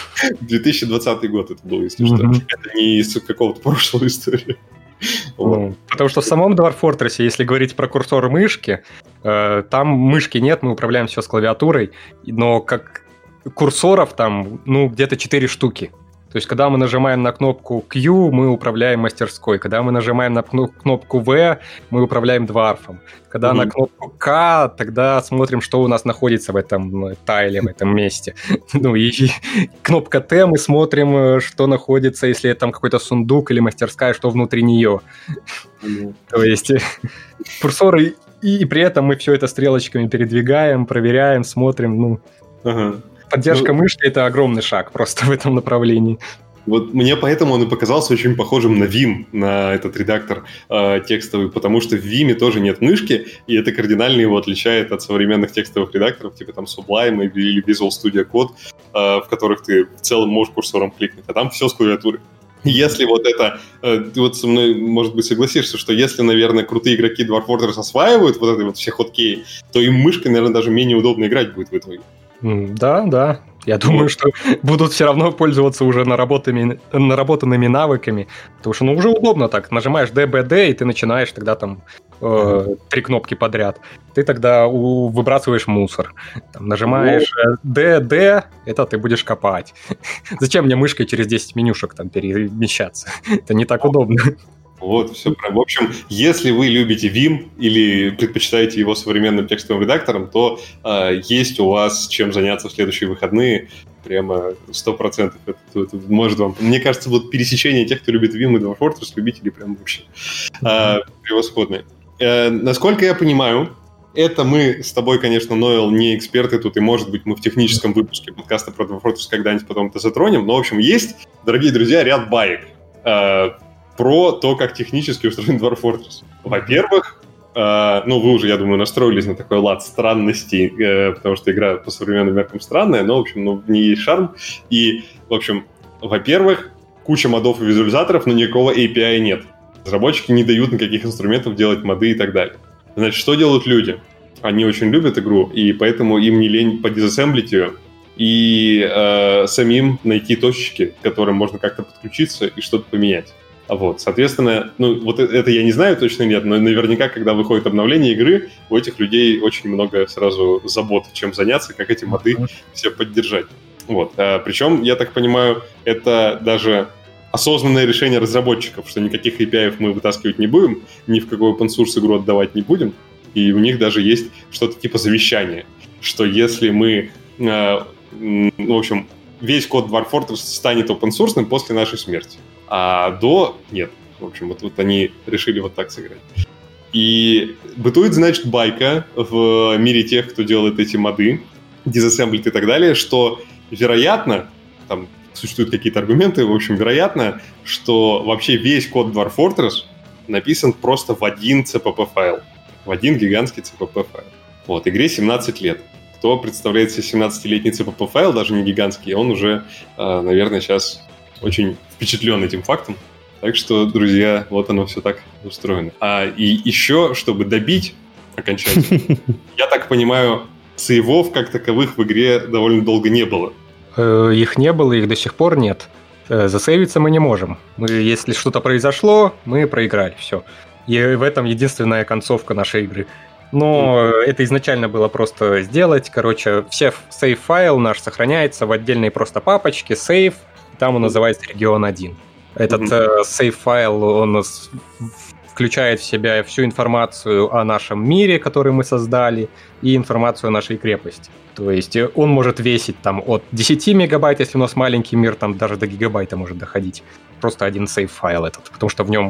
2020 год это был, если что. Это не из какого-то прошлого истории. Вот. Потому что в самом Dwarf Fortress, если говорить про курсор мышки, там мышки нет, мы управляем все с клавиатурой, но как курсоров там, ну, где-то 4 штуки. То есть, когда мы нажимаем на кнопку Q, мы управляем мастерской. Когда мы нажимаем на кнопку V, мы управляем дварфом. Когда на кнопку K, тогда смотрим, что у нас находится в этом тайле, в этом месте. Ну и кнопка T, мы смотрим, что находится, если там какой-то сундук или мастерская, что внутри нее. То есть, курсоры, и при этом мы все это стрелочками передвигаем, проверяем, смотрим, ну... Поддержка мышки — это огромный шаг просто в этом направлении. Вот мне поэтому он и показался очень похожим на Vim, на этот редактор текстовый, потому что в Vim тоже нет мышки, и это кардинально его отличает от современных текстовых редакторов, типа там Sublime или Visual Studio Code, в которых ты в целом можешь курсором кликнуть, а там все с клавиатуры. Если вот это... Ты вот со мной, может быть, согласишься, что если, наверное, крутые игроки Dwarf Fortress осваивают вот эти вот все ходкеи, то им мышкой, наверное, даже менее удобно играть будет в итоге. Да. Я думаю, что будут все равно пользоваться уже наработанными навыками, потому что, ну, уже удобно так. Нажимаешь DBD, и ты начинаешь тогда там 3 кнопки подряд. Ты тогда выбрасываешь мусор. Там, нажимаешь DD, это ты будешь копать. Зачем мне мышкой через 10 менюшек там перемещаться? Это не так удобно. Вот, все правильно. В общем, если вы любите Vim или предпочитаете его современным текстовым редактором, то есть у вас чем заняться в следующие выходные. Прямо 100%. Это может вам... Мне кажется, вот пересечение тех, кто любит Vim и Dwarf Fortress, любителей прям вообще превосходные. Насколько я понимаю, это мы с тобой, конечно, Ноэл, не эксперты тут, и, может быть, мы в техническом выпуске подкаста про Dwarf Fortress когда-нибудь потом это затронем, но, в общем, есть, дорогие друзья, ряд баек про то, как технически устроен Dwarf Fortress. Во-первых, ну, вы уже, я думаю, настроились на такой лад странностей, потому что игра по современным меркам странная, но, в общем, в ней есть шарм. И, в общем, во-первых, куча модов и визуализаторов, но никакого API нет. Разработчики не дают никаких инструментов делать моды и так далее. Значит, что делают люди? Они очень любят игру, и поэтому им не лень подизассемблить ее и самим найти точечки, к которым можно как-то подключиться и что-то поменять. Вот, соответственно, ну, вот это я не знаю точно нет, но наверняка, когда выходит обновление игры, у этих людей очень много сразу забот, чем заняться, как эти моды все поддержать. Вот, причем, я так понимаю, это даже осознанное решение разработчиков, что никаких API мы вытаскивать не будем, ни в какой open source игру отдавать не будем, и у них даже есть что-то типа завещания, что если мы, в общем, весь код Dwarf Fortress станет open source после нашей смерти. А до нет. В общем, вот они решили вот так сыграть. И бытует, значит, байка в мире тех, кто делает эти моды, дизассемблит и так далее, что, вероятно, там существуют какие-то аргументы, в общем, вероятно, что вообще весь код Dwarf Fortress написан просто в один CPP файл, в один гигантский CPP файл. Вот, игре 17 лет. Кто представляет себе 17-летний CPP файл, даже не гигантский, он уже, наверное, сейчас очень впечатлен этим фактом. Так что, друзья, вот оно все так устроено. И еще, чтобы добить окончательно, я так понимаю, сейвов как таковых в игре довольно долго не было. Их не было, их до сих пор нет. Засейвиться мы не можем. Если что-то произошло, мы проиграли, все. И в этом единственная концовка нашей игры. Но это изначально было просто сделать. Короче, сейв-файл наш сохраняется в отдельной просто папочке, сейв, там он называется регион 1. Этот сейв-файл, он включает в себя всю информацию о нашем мире, который мы создали, и информацию о нашей крепости. То есть он может весить там от 10 мегабайт, если у нас маленький мир, там даже до гигабайта может доходить. Просто один сейв-файл этот, потому что в нем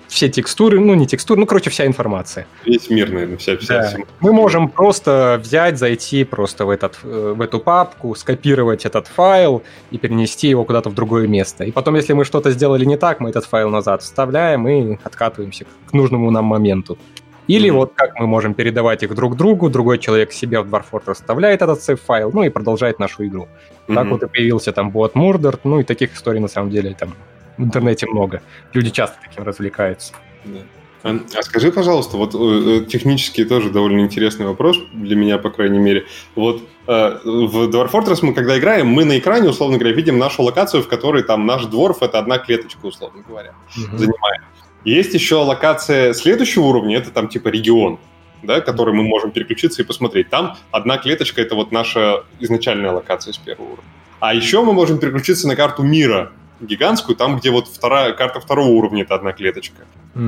все текстуры, ну не текстуры, ну короче, вся информация. Весь мир, наверное, вся. Да. Мы можем просто взять, зайти просто в эту папку, скопировать этот файл и перенести его куда-то в другое место. И потом, если мы что-то сделали не так, мы этот файл назад вставляем и откатываемся к нужному нам моменту. Или вот как мы можем передавать их друг другу, другой человек себе в Dwarf Fortress вставляет этот сейв-файл, ну и продолжает нашу игру. Так вот и появился там бот Murder, ну и таких историй на самом деле там в интернете много. Люди часто таким развлекаются. Да. А скажи, пожалуйста, вот технически тоже довольно интересный вопрос для меня, по крайней мере. Вот в Dwarf Fortress мы, когда играем, мы на экране, условно говоря, видим нашу локацию, в которой там наш дворф — это одна клеточка, условно говоря, занимает. Есть еще локация следующего уровня, это там типа регион, да, который мы можем переключиться и посмотреть. Там одна клеточка — это вот наша изначальная локация с первого уровня. А еще мы можем переключиться на карту мира гигантскую, там, где вот карта второго уровня — это одна клеточка.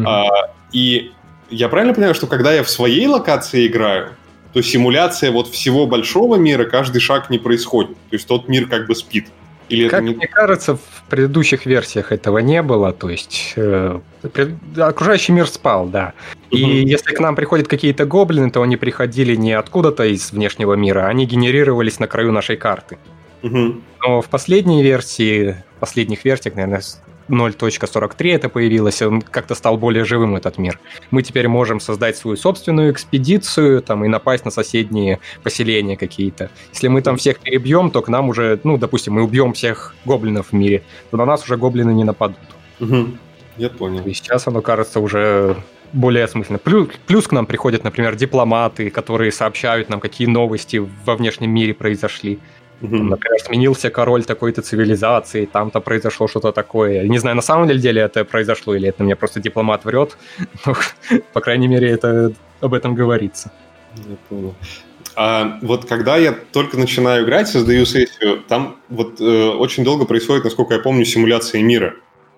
И я правильно понимаю, что когда я в своей локации играю, то симуляция вот всего большого мира, каждый шаг не происходит. То есть тот мир как бы спит. Или как мне кажется, в предыдущих версиях этого не было. То есть окружающий мир спал, да. И если к нам приходят какие-то гоблины, то они приходили не откуда-то из внешнего мира, они генерировались на краю нашей карты. Но в последних версиях, наверное, 0.43 это появилось, он как-то стал более живым, этот мир. Мы теперь можем создать свою собственную экспедицию там, и напасть на соседние поселения какие-то. Если мы там всех перебьем, то к нам уже, ну, допустим, мы убьем всех гоблинов в мире, то на нас уже гоблины не нападут. Я понял. И сейчас оно кажется уже более осмысленно. Плюс к нам приходят, например, дипломаты, которые сообщают нам, какие новости во внешнем мире произошли. Например, сменился король такой-то цивилизации, там-то произошло что-то такое. Не знаю, на самом деле это произошло, или это мне просто дипломат врет. Но, по крайней мере, это об этом говорится. Я понял. А вот когда я только начинаю играть, создаю сессию, там вот очень долго происходит, насколько я помню, симуляция мира.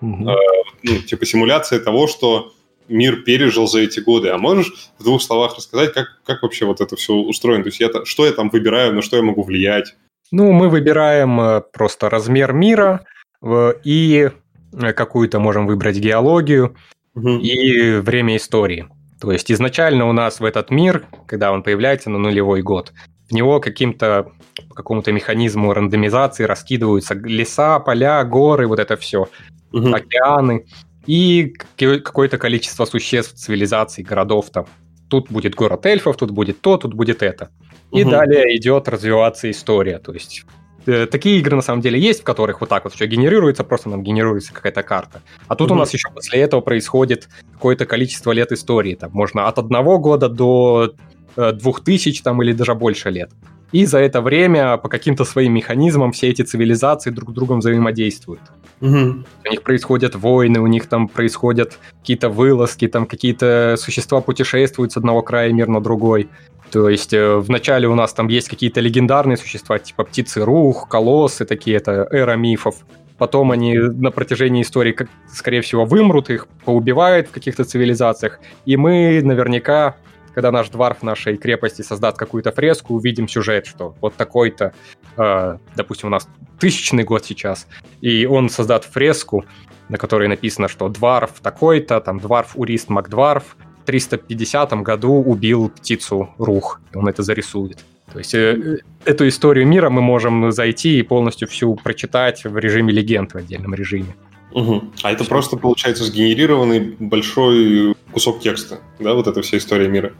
Типа симуляция того, что мир пережил за эти годы. А можешь в двух словах рассказать, как вообще вот это все устроено? То есть что я там выбираю, на что я могу влиять? Ну, мы выбираем просто размер мира и какую-то можем выбрать геологию и время истории. То есть изначально у нас в этот мир, когда он появляется на нулевой год, в него по какому-то механизму рандомизации раскидываются леса, поля, горы, вот это все, океаны и какое-то количество существ, цивилизаций, городов там. Тут будет город эльфов, тут будет то, тут будет это. И далее идет развиваться история. То есть такие игры на самом деле есть, в которых вот так вот все генерируется, просто нам генерируется какая-то карта. А тут у нас еще после этого происходит какое-то количество лет истории. Там можно от 1 года до 2000 там, или даже больше лет. И за это время по каким-то своим механизмам все эти цивилизации друг с другом взаимодействуют. У них происходят войны, у них там происходят какие-то вылазки, там какие-то существа путешествуют с одного края мира на другой. То есть вначале у нас там есть какие-то легендарные существа, типа птицы Рух, колоссы такие, это эра мифов. Потом они на протяжении истории, скорее всего, вымрут, их поубивают в каких-то цивилизациях. И мы наверняка, когда наш дварф в нашей крепости создаст какую-то фреску, увидим сюжет, что вот такой-то, допустим, у нас 1000 год сейчас, и он создаст фреску, на которой написано, что дварф такой-то, там дварф Урист Макдварф в 350 году убил птицу Рух, и он это зарисует. То есть эту историю мира мы можем зайти и полностью всю прочитать в режиме легенд, в отдельном режиме. А это просто, получается, сгенерированный большой кусок текста, да, вот эта вся история мира?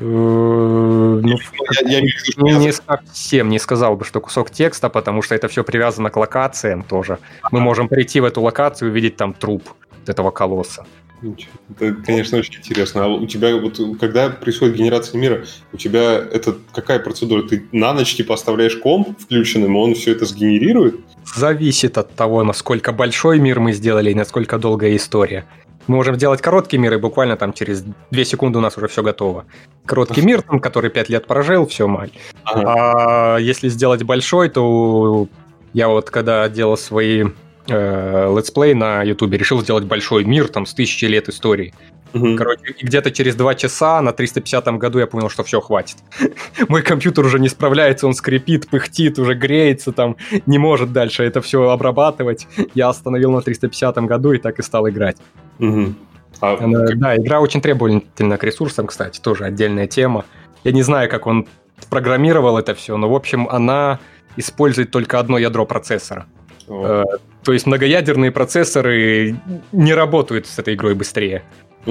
Не совсем не сказал бы, что кусок текста, потому что это все привязано к локациям тоже. Мы можем прийти в эту локацию и увидеть там труп этого колосса. Это, конечно, очень интересно. А у тебя вот, когда происходит генерация мира, у тебя это какая процедура? Ты на ночь типа оставляешь комп включенным, и он все это сгенерирует? Зависит от того, насколько большой мир мы сделали и насколько долгая история. Мы можем делать короткий мир, и буквально там через 2 секунды у нас уже все готово. Короткий мир, там, который 5 лет прожил, все, май. А если сделать большой, то я вот когда делал свои летсплей на Ютубе, решил сделать большой мир там с 1000 лет истории. Короче, и где-то через 2 часа на 350-м году я понял, что все, хватит. Мой компьютер уже не справляется, он скрипит, пыхтит, уже греется, там, не может дальше это все обрабатывать. Я остановил на 350-м году и так и стал играть. Да, игра очень требовательна к ресурсам, кстати, тоже отдельная тема. Я не знаю, как он программировал это все, но, в общем, она использует только одно ядро процессора. То есть многоядерные процессоры не работают с этой игрой быстрее.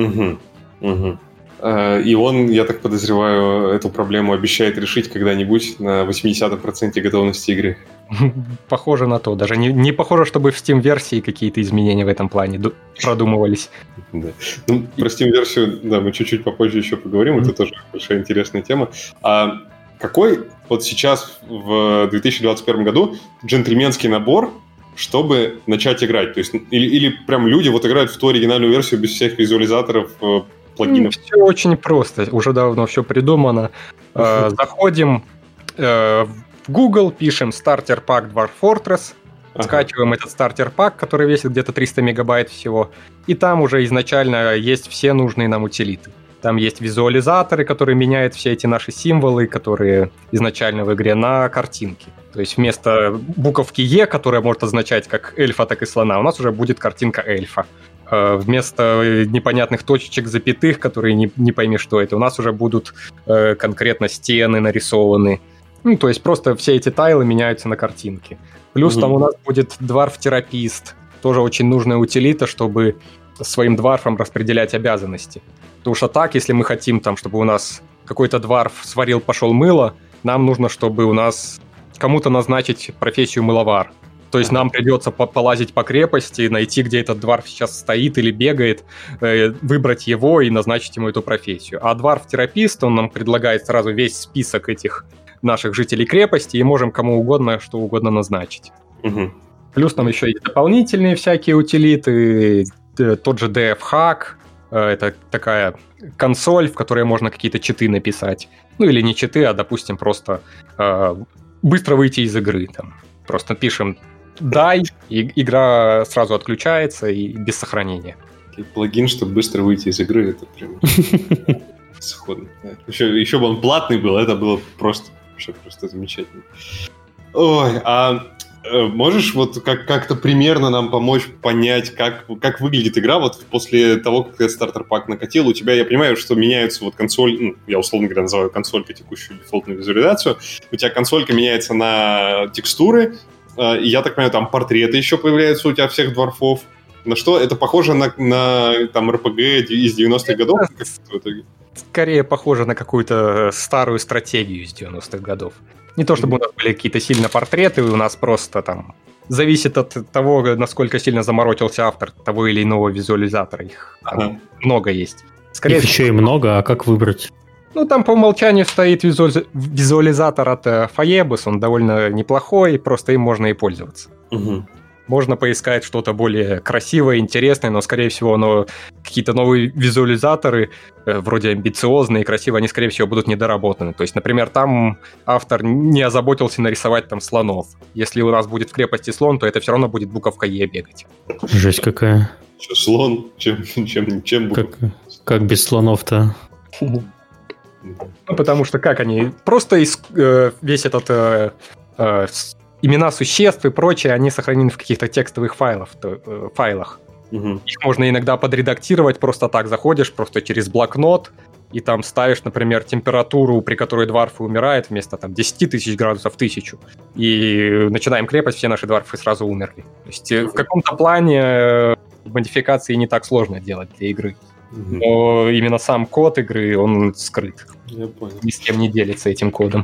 И он, я так подозреваю, эту проблему обещает решить когда-нибудь на 80% готовности игры. Похоже на то. Даже не похоже, чтобы в Steam-версии какие-то изменения в этом плане продумывались. Да. Ну, про Steam-версию, да, мы чуть-чуть попозже еще поговорим. Это тоже большая интересная тема. А какой вот сейчас в 2021 году джентльменский набор, чтобы начать играть? То есть, или прям люди вот играют в ту оригинальную версию без всех визуализаторов, плагинов? Все очень просто. Уже давно все придумано. Заходим в Google, пишем Starter Pack Dwarf Fortress, скачиваем этот Starter Pack, который весит где-то 300 мегабайт всего, и там уже изначально есть все нужные нам утилиты. Там есть визуализаторы, которые меняют все эти наши символы, которые изначально в игре, на картинки. То есть вместо буковки «Е», которая может означать как эльфа, так и слона, у нас уже будет картинка эльфа. Вместо непонятных точечек, запятых, которые не пойми, что это, у нас уже будут конкретно стены нарисованы. Ну, то есть просто все эти тайлы меняются на картинке. Плюс там у нас будет дварф-терапист, тоже очень нужная утилита, чтобы своим дварфам распределять обязанности. Потому что так, если мы хотим, там, чтобы у нас какой-то дварф сварил, пошел мыло, нам нужно, чтобы у нас кому-то назначить профессию мыловар. То есть нам придется полазить по крепости, найти, где этот дварф сейчас стоит или бегает, выбрать его и назначить ему эту профессию. А дварф-терапист, он нам предлагает сразу весь список этих наших жителей крепости, и можем кому угодно, что угодно назначить. Плюс там еще есть дополнительные всякие утилиты, тот же DF-Hack, это такая консоль, в которой можно какие-то читы написать. Ну или не читы, а, допустим, просто быстро выйти из игры. Там. Просто пишем «дай», и игра сразу отключается и без сохранения. Плагин, чтобы быстро выйти из игры, это прям сходно. Еще бы он платный был, это было просто замечательно. Ой, а можешь вот как-то примерно нам помочь понять, как выглядит игра вот после того, как ты стартер-пак накатил? У тебя, я понимаю, что меняется вот консоль, ну, я условно говоря называю консолька текущую дефолтную визуализацию, у тебя консолька меняется на текстуры, и я так понимаю, там портреты еще появляются у тебя всех дворфов. На что? Это похоже на там RPG из 90-х годов? Скорее похоже на какую-то старую стратегию из 90-х годов. Не то, чтобы у нас были какие-то сильно портреты, у нас просто там зависит от того, насколько сильно заморочился автор того или иного визуализатора. Их много есть. Скорее их еще и много, а как выбрать? Ну, там по умолчанию стоит визуализатор от Phoebus, он довольно неплохой, просто им можно и пользоваться. Можно поискать что-то более красивое, интересное, но, скорее всего, какие-то новые визуализаторы, вроде амбициозные и красивые, они, скорее всего, будут недоработаны. То есть, например, там автор не озаботился нарисовать там слонов. Если у нас будет в крепости слон, то это все равно будет буковка «Е» бегать. Жесть какая. Что, слон? Чем буковка? Как без слонов-то? Ну, потому что как они... Просто весь этот... имена существ и прочее, они сохранены в каких-то текстовых файлах. Их можно иногда подредактировать, просто так заходишь, просто через блокнот, и там ставишь, например, температуру, при которой дварфы умирают, вместо там 10 тысяч градусов 1000. И начинаем крепость, все наши дварфы сразу умерли. То есть в каком-то плане модификации не так сложно делать для игры. Но именно сам код игры, он скрыт. Я понял. Ни с кем не делится этим кодом.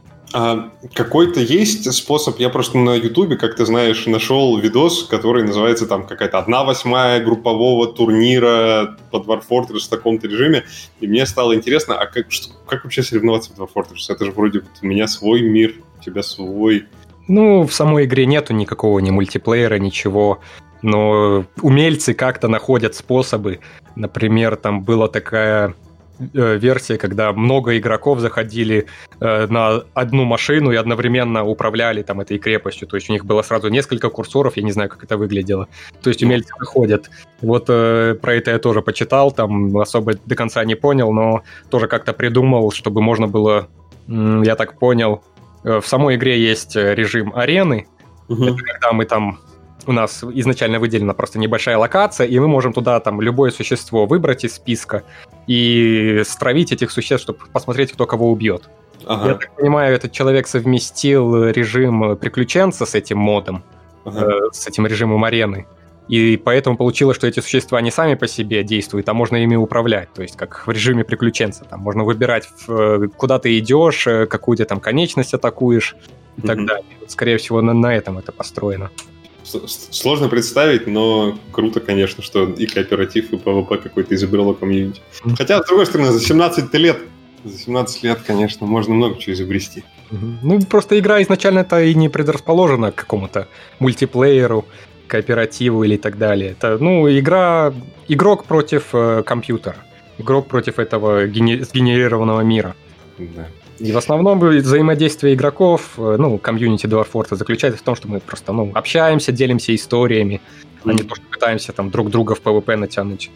А какой-то есть способ, я просто на Ютубе, как ты знаешь, нашел видос, который называется там какая-то 1/8 группового турнира по Dwarf Fortress в таком-то режиме, и мне стало интересно, а как вообще соревноваться в Dwarf Fortress? Это же вроде у меня свой мир, у тебя свой. Ну, в самой игре нету никакого ни мультиплеера, ничего, но умельцы как-то находят способы. Например, там была такая... версия, когда много игроков заходили на одну машину и одновременно управляли там этой крепостью. То есть у них было сразу несколько курсоров, я не знаю, как это выглядело. То есть умельцы выходят. Вот про это я тоже почитал, там особо до конца не понял, но тоже как-то придумал, чтобы можно было, я так понял, в самой игре есть режим арены. Это когда мы там у нас изначально выделена просто небольшая локация, и мы можем туда там любое существо выбрать из списка и стравить этих существ, чтобы посмотреть, кто кого убьет. Ага. Я так понимаю, этот человек совместил режим приключенца с этим модом, с этим режимом арены. И поэтому получилось, что эти существа не сами по себе действуют, а можно ими управлять. То есть как в режиме приключенца. Там можно выбирать, куда ты идешь, какую ты там конечность атакуешь и так далее. Вот, скорее всего, на этом это построено. Сложно представить, но круто, конечно, что и кооператив, и PvP какой-то изобрело комьюнити. Хотя, с другой стороны, за 17 лет, конечно, можно много чего изобрести. Ну, просто игра изначально-то и не предрасположена к какому-то мультиплееру, кооперативу или так далее. Это, игрок против компьютера. Игрок против этого сгенерированного мира. Да. И в основном взаимодействие игроков, комьюнити Dwarf Fortress заключается в том, что мы просто, общаемся, делимся историями, а не то, что пытаемся там друг друга в PvP натянуть.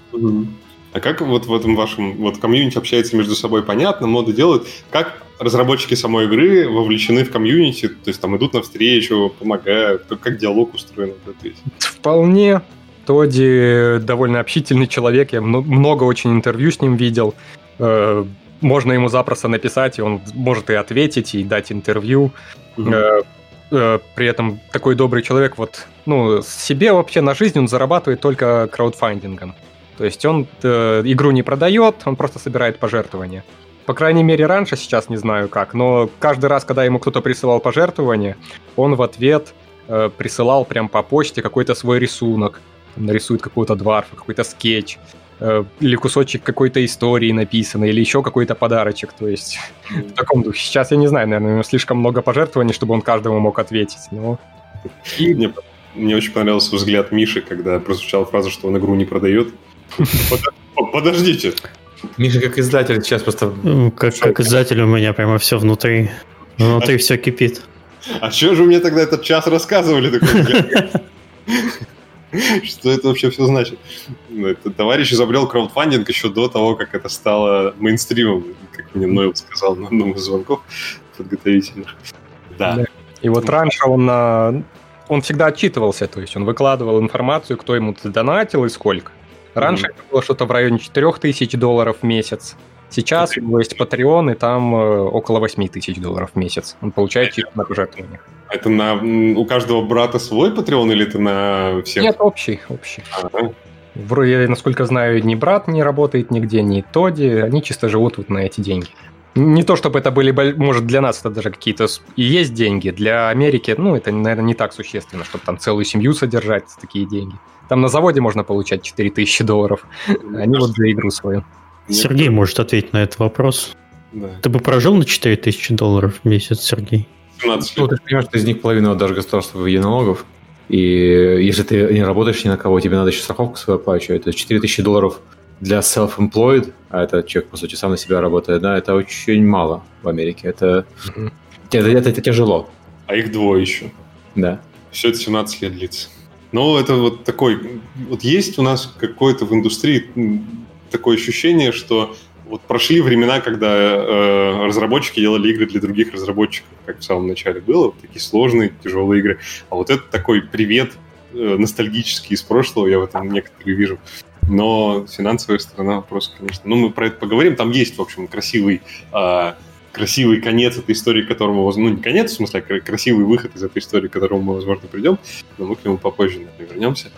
А как вот в этом вашем комьюнити общается между собой, понятно, моды делают, как разработчики самой игры вовлечены в комьюнити, то есть там идут навстречу, помогают, как диалог устроен? Вполне. Тоди довольно общительный человек, я много очень интервью с ним видел. Можно ему запросто написать, и он может и ответить, и дать интервью. При этом такой добрый человек, себе вообще на жизнь он зарабатывает только краудфандингом. То есть он игру не продает, он просто собирает пожертвования. По крайней мере, раньше, сейчас не знаю как, но каждый раз, когда ему кто-то присылал пожертвования, он в ответ присылал прям по почте какой-то свой рисунок. Нарисует какого-то дварфа, какой-то скетч, или кусочек какой-то истории написанной, или еще какой-то подарочек. То есть в таком духе. Сейчас я не знаю, наверное, у него слишком много пожертвований, чтобы он каждому мог ответить. Но... Мне очень понравился взгляд Миши, когда прозвучала фраза, что он игру не продает. Подождите. Миша как издатель сейчас просто... Как издатель у меня прямо все внутри. Внутри все кипит. А что же вы мне тогда этот час рассказывали? Что это вообще все значит? Этот товарищ изобрел краудфандинг еще до того, как это стало мейнстримом, как мне Нойл сказал на одном из звонков подготовительных. Да. И вот раньше он всегда отчитывался, то есть он выкладывал информацию, кто ему донатил и сколько. Раньше это было что-то в районе $4000 в месяц. Сейчас у него есть Patreon, и там около $8000 в месяц. Он получает чисто на пожертвованиях. Это у каждого брата свой Patreon или это на всех? Нет, общий. Ага. Вроде, насколько знаю, ни брат не работает нигде, ни Тоди. Они чисто живут вот на эти деньги. Не то, чтобы это были, может, для нас это даже какие-то и есть деньги. Для Америки, это, наверное, не так существенно, чтобы там целую семью содержать за такие деньги. Там на заводе можно получать $4000. Они вот за игру свою. Сергей может ответить на этот вопрос. Да. Ты бы прожил на $4000 в месяц, Сергей? 17 лет. Ты понимаешь, что из них половина даже государства в виде налогов. И если ты не работаешь ни на кого, тебе надо еще страховку свою оплачивать. То есть $4000 для self-employed, а это человек, по сути, сам на себя работает, да, это очень мало в Америке. Это тяжело. А их двое еще. Да. Все это 17 лет длится. Но это вот такой... Вот есть у нас какое-то в индустрии такое ощущение, что вот прошли времена, когда разработчики делали игры для других разработчиков, как в самом начале было, вот такие сложные, тяжелые игры. А вот это такой привет ностальгический из прошлого, я в этом некоторые вижу. Но финансовая сторона вопроса, конечно. Мы про это поговорим. Там есть, в общем, красивый конец этой истории, к которому... не конец, в смысле, а красивый выход из этой истории, к которому мы, возможно, придем, но мы к нему попозже, наверное, вернемся.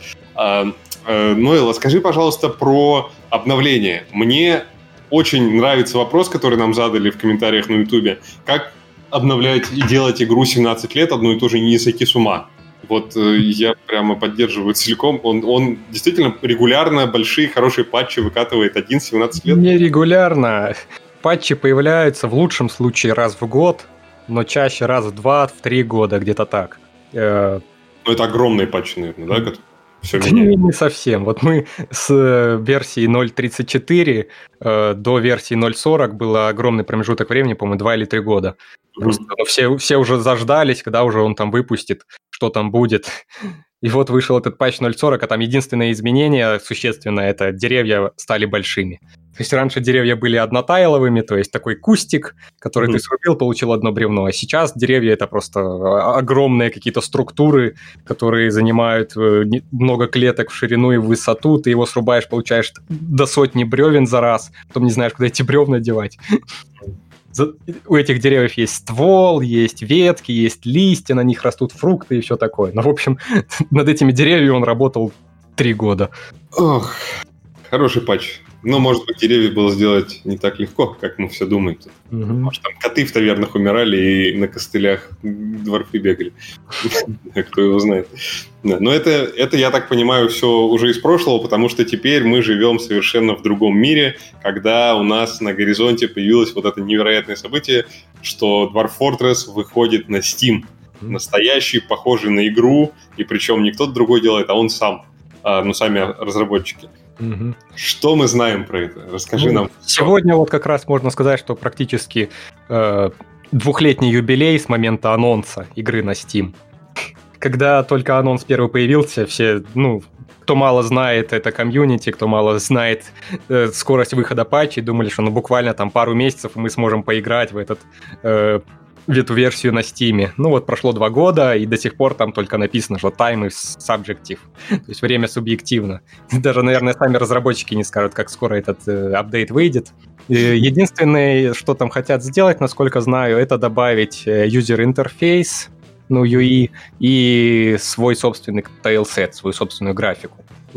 Ноэл, скажи, пожалуйста, про обновление. Мне очень нравится вопрос, который нам задали в комментариях на Ютубе. Как обновлять и делать игру 17 лет одну и ту же, не сойти с ума? Вот я прямо поддерживаю целиком. Он действительно регулярно большие, хорошие патчи выкатывает 17 лет. Нерегулярно. Патчи появляются в лучшем случае раз в год, но чаще раз в 2-3 года, где-то так. Это огромные патчи, наверное, да? Все не совсем. Вот мы с версии 0.34 до версии 0.40 был огромный промежуток времени, по-моему, 2 или 3 года. Просто все уже заждались, когда уже он там выпустит что там будет. И вот вышел этот патч 0.40, а там единственное изменение существенное, это деревья стали большими. То есть раньше деревья были однотайловыми, то есть такой кустик, который ты срубил, получил одно бревно. А сейчас деревья — это просто огромные какие-то структуры, которые занимают много клеток в ширину и в высоту. Ты его срубаешь, получаешь до 100 бревен за раз, потом не знаешь, куда эти бревна девать. У этих деревьев есть ствол, есть ветки, есть листья, на них растут фрукты и все такое. Ну, в общем, над этими деревьями он работал 3 года. Ох, хороший патч. Но, может быть, деревья было сделать не так легко, как мы все думаем. Может, там коты в тавернах умирали и на костылях дворфы бегали. Кто его знает. Но это, я так понимаю, все уже из прошлого, потому что теперь мы живем совершенно в другом мире, когда у нас на горизонте появилось вот это невероятное событие, что Dwarf Fortress выходит на Steam. Настоящий, похожий на игру, и причем не кто-то другой делает, а он сам. Сами разработчики. Что мы знаем про это? Расскажи нам. Сегодня вот как раз можно сказать, что практически 2-летний юбилей с момента анонса игры на Steam. Когда только анонс первый появился, все, кто мало знает это комьюнити, кто мало знает скорость выхода патчей, думали, что буквально там пару месяцев мы сможем поиграть в эту версию на Steam. Прошло 2 года, и до сих пор там только написано, что time is subjective, то есть время субъективно. Даже, наверное, сами разработчики не скажут, как скоро этот апдейт выйдет. Единственное, что там хотят сделать, насколько знаю, это добавить user interface, UI, и свой собственный тайлсет, свою собственную графику.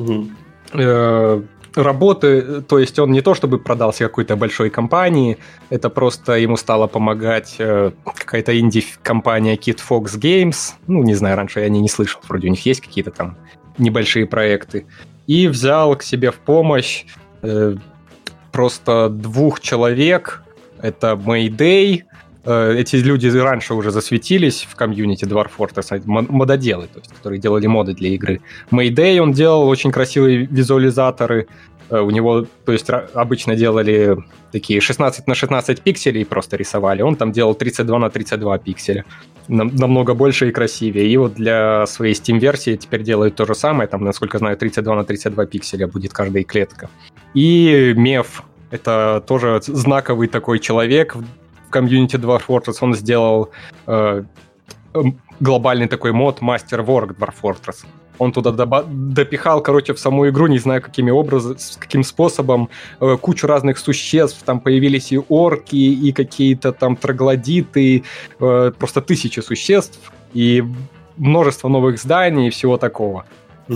Работы, то есть он не то чтобы продался какой-то большой компании, это просто ему стала помогать какая-то инди-компания Kitfox Games, не знаю, раньше я о ней не слышал, вроде у них есть какие-то там небольшие проекты, и взял к себе в помощь просто 2 человек, это Mayday. Эти люди раньше уже засветились в комьюнити Dwarf Fortress, мододелы, то есть, которые делали моды для игры. Mayday, он делал очень красивые визуализаторы. У него, то есть, обычно делали такие 16 на 16 пикселей, просто рисовали. Он там делал 32 на 32 пикселя. Намного больше и красивее. И вот для своей Steam-версии теперь делают то же самое. Там, насколько знаю, 32 на 32 пикселя будет каждая клетка. И Меф, это тоже знаковый такой человек в комьюнити Dwarf Fortress. Он сделал глобальный такой мод Masterwork Dwarf Fortress. Он туда допихал, в саму игру, не знаю, каким способом, кучу разных существ. Там появились и орки, и какие-то там троглодиты, просто 1000 существ, и множество новых зданий и всего такого.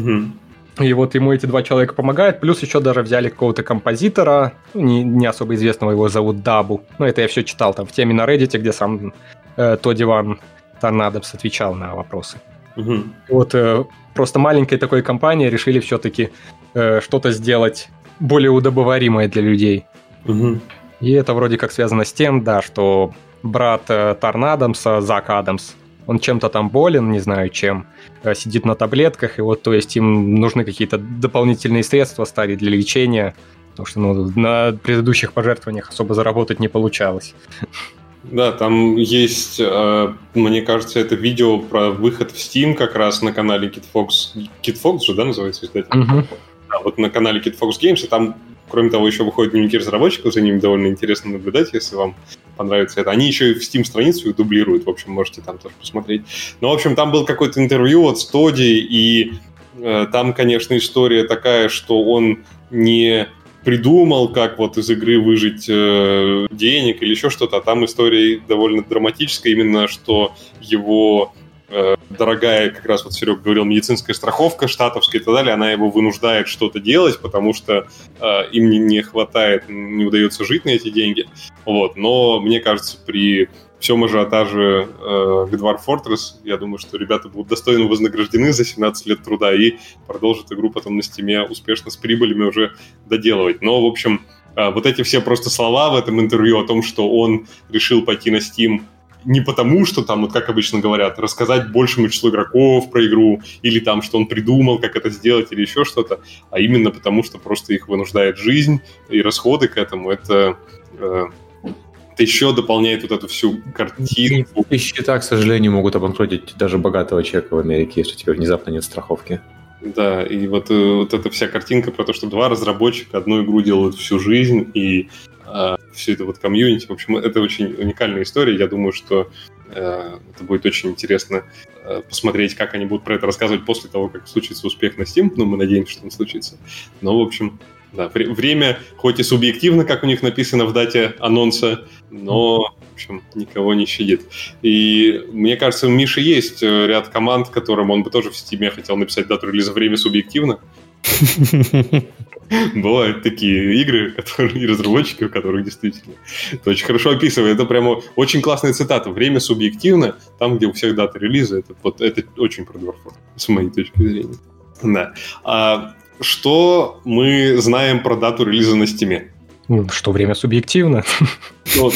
И вот ему эти 2 человека помогают, плюс еще даже взяли какого-то композитора, не особо известного, его зовут Дабу. Это я все читал там в теме на Reddit, где сам Тодди Ван Торнадос отвечал на вопросы. Вот просто маленькой такой компании решили все-таки что-то сделать более удобоваримое для людей. И это вроде как связано с тем, да, что брат Торнадоса, Зак Адамс, он чем-то там болен, не знаю чем, сидит на таблетках, и вот, то есть им нужны какие-то дополнительные средства стали для лечения, потому что на предыдущих пожертвованиях особо заработать не получалось. Да, там есть, мне кажется, это видео про выход в Steam как раз на канале Kitfox. Kitfox же, да, называется издатель? Да, вот на канале Kitfox Games, и там, кроме того, еще выходят дневники разработчиков, за ними довольно интересно наблюдать, если вам понравится это. Они еще и в Steam-страницу дублируют, в общем, можете там тоже посмотреть. В общем, там был какое-то интервью с Тодди, и там, конечно, история такая, что он не придумал, как вот из игры выжить денег или еще что-то, а там история довольно драматическая, именно что его дорогая, как раз вот Серега говорил, медицинская страховка штатовская и так далее, она его вынуждает что-то делать, потому что им не хватает, не удается жить на эти деньги. Вот. Но мне кажется, при всем ажиотаже к Dwarf Fortress, я думаю, что ребята будут достойно вознаграждены за 17 лет труда и продолжат игру потом на Steam успешно с прибылями уже доделывать. Но, в общем, вот эти все просто слова в этом интервью о том, что он решил пойти на Steam не потому, что там, вот как обычно говорят, рассказать большему числу игроков про игру, или там, что он придумал, как это сделать, или еще что-то, а именно потому, что просто их вынуждает жизнь и расходы к этому. Это это еще дополняет вот эту всю картинку. И счета, к сожалению, могут обанкротить даже богатого человека в Америке, если у тебя внезапно нет страховки. Да, и вот эта вся картинка про то, что два разработчика одну игру делают всю жизнь, и все это вот комьюнити, в общем, это очень уникальная история. Я думаю, что это будет очень интересно посмотреть, как они будут про это рассказывать после того, как случится успех на Steam. Ну, мы надеемся, что он случится. Но, в общем, да, время, хоть и субъективно, как у них написано в дате анонса, но, в общем, никого не щадит. И мне кажется, у Миши есть ряд команд, которым он бы тоже в Steam хотел написать дату релиза. Время субъективно. Бывают такие игры, которые, и разработчики, у которых действительно это очень хорошо описывает. Это прямо очень классная цитата. Время субъективно, там, где у всех дата релиза. Это очень про Dwarf Fortress, с моей точки зрения. Да. Что мы знаем про дату релиза на Steam? Что время субъективно. Ну,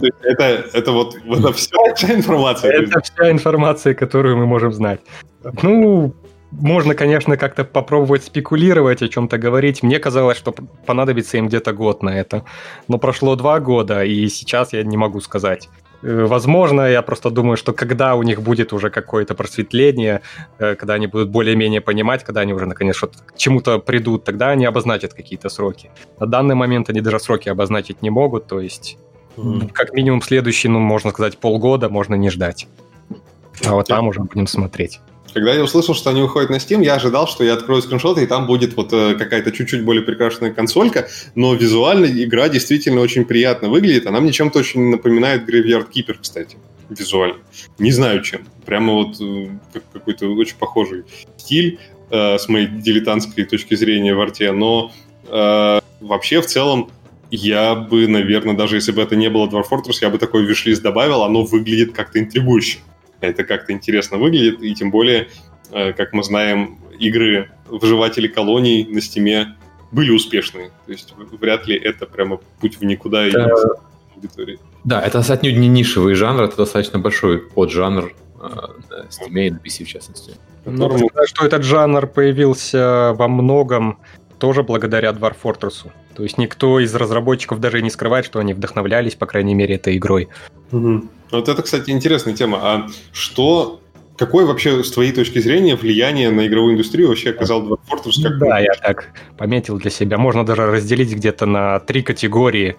это вся информация. Это вся информация, которую мы можем знать. Ну, можно, конечно, как-то попробовать спекулировать, о чем-то говорить. Мне казалось, что понадобится им где-то год на это. Но прошло 2 года, и сейчас я не могу сказать. Возможно, я просто думаю, что когда у них будет уже какое-то просветление, когда они будут более-менее понимать, когда они уже наконец к чему-то придут, тогда они обозначат какие-то сроки. На данный момент они даже сроки обозначить не могут, то есть как минимум следующий, можно сказать, полгода можно не ждать. А вот там уже будем смотреть. Когда я услышал, что они выходят на Steam, я ожидал, что я открою скриншоты, и там будет вот какая-то чуть-чуть более прекрасная консолька, но визуально игра действительно очень приятно выглядит. Она мне чем-то очень напоминает Graveyard Keeper, кстати, визуально. Не знаю чем. Прямо вот какой-то очень похожий стиль с моей дилетантской точки зрения в арте, но вообще в целом я бы, наверное, даже если бы это не было Dwarf Fortress, я бы такой виш-лист добавил, оно выглядит как-то интригующе. Это как-то интересно выглядит, и тем более, как мы знаем, игры выживателей колоний на Стиме были успешные. То есть вряд ли это прямо путь в никуда и аудитории. Да, это отнюдь не нишевый жанр, это достаточно большой поджанр на Стиме и на PC в частности. Что этот жанр появился во многом тоже благодаря Dwarf Fortress. То есть никто из разработчиков даже не скрывает, что они вдохновлялись, по крайней мере, этой игрой. Угу. Вот это, кстати, интересная тема. А какое вообще, с твоей точки зрения, влияние на игровую индустрию вообще оказал Dwarf Fortress? Да, я так пометил для себя. Можно даже разделить где-то на 3 категории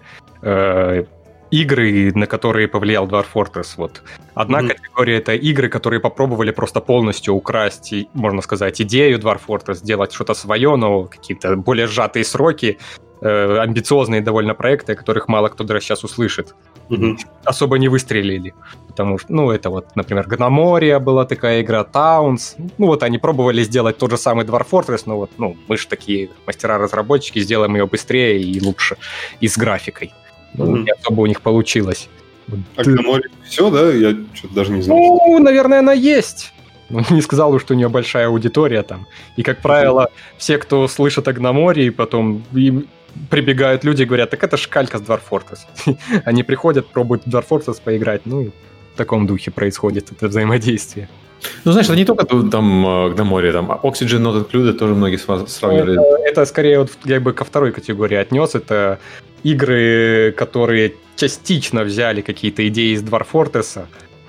игры, на которые повлиял Dwarf Fortress. Вот. Одна категория — это игры, которые попробовали просто полностью украсть, можно сказать, идею Dwarf Fortress, сделать что-то свое, но какие-то более сжатые сроки, амбициозные довольно проекты, о которых мало кто даже сейчас услышит. Особо не выстрелили. Потому что, это вот, например, Гномория была такая игра, Towns. Они пробовали сделать тот же самый Dwarf Fortress, но мы же такие мастера-разработчики, сделаем ее быстрее и лучше, и с графикой. Не особо у них получилось. А Гномория все, да? Я что-то даже не знал. Наверное, она есть. Не сказал, что у нее большая аудитория там. И, как правило, все, кто слышит о Гномории, потом им прибегают люди и говорят, так это ж калька с Dwarf Fortress. Они приходят, пробуют Dwarf Fortress поиграть, и в таком духе происходит это взаимодействие. Знаешь, это не только там Гномория, там Oxygen Not Included тоже многие сравнивали. Это скорее я бы ко второй категории отнес. Это игры, которые частично взяли какие-то идеи из Dwarf Fortress,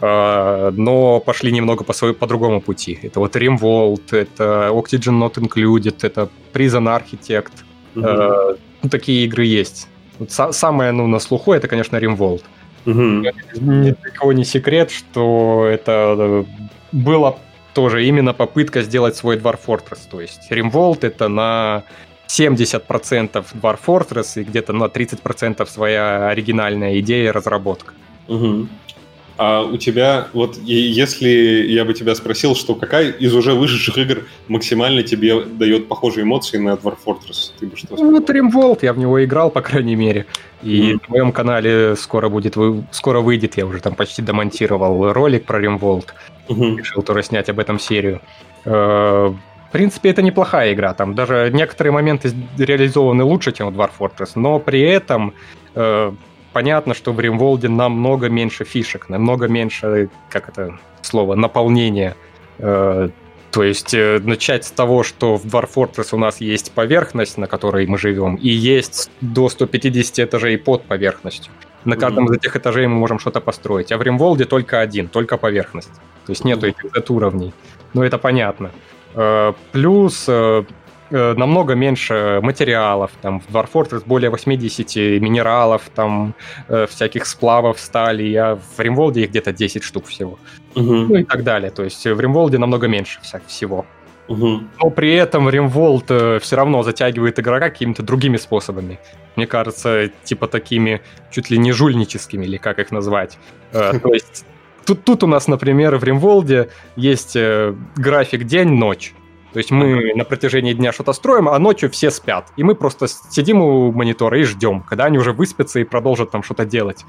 но пошли немного по другому пути. Это вот RimWorld, это Oxygen Not Included, это Prison Architect. Такие игры есть. Самое на слуху это, конечно, RimWorld. Ни для кого не секрет, что это была тоже именно попытка сделать свой Dwarf Fortress. То есть RimWorld это на 70% Dwarf Fortress и где-то на 30% своя оригинальная идея, разработка. А у тебя, если я бы тебя спросил, что какая из уже вышедших игр максимально тебе дает похожие эмоции на Dwarf Fortress, ты бы что сказал? RimWorld, я в него играл, по крайней мере. И на моем канале скоро выйдет, я уже там почти домонтировал ролик про RimWorld. Решил тоже снять об этом серию. В принципе, это неплохая игра. Там даже некоторые моменты реализованы лучше, чем в Dwarf Fortress, но при этом понятно, что в RimWorld намного меньше фишек, намного меньше, наполнения. То есть начать с того, что в Dwarf Fortress у нас есть поверхность, на которой мы живем, и есть до 150 этажей под поверхностью. На каждом из этих этажей мы можем что-то построить. А в RimWorld только один, только поверхность. То есть нету этих Z-уровней. Ну, это понятно. Плюс намного меньше материалов. Там в Dwarf Fortress более 80 минералов, там всяких сплавов стали. А в RimWorld их где-то 10 штук всего. Ну и так далее. То есть в RimWorld намного меньше всего. Но при этом RimWorld все равно затягивает игрока какими-то другими способами. Мне кажется, типа такими чуть ли не жульническими, или как их назвать. То есть тут у нас, например, в RimWorld есть график день-ночь. То есть мы на протяжении дня что-то строим, а ночью все спят. И мы просто сидим у монитора и ждем, когда они уже выспятся и продолжат там что-то делать.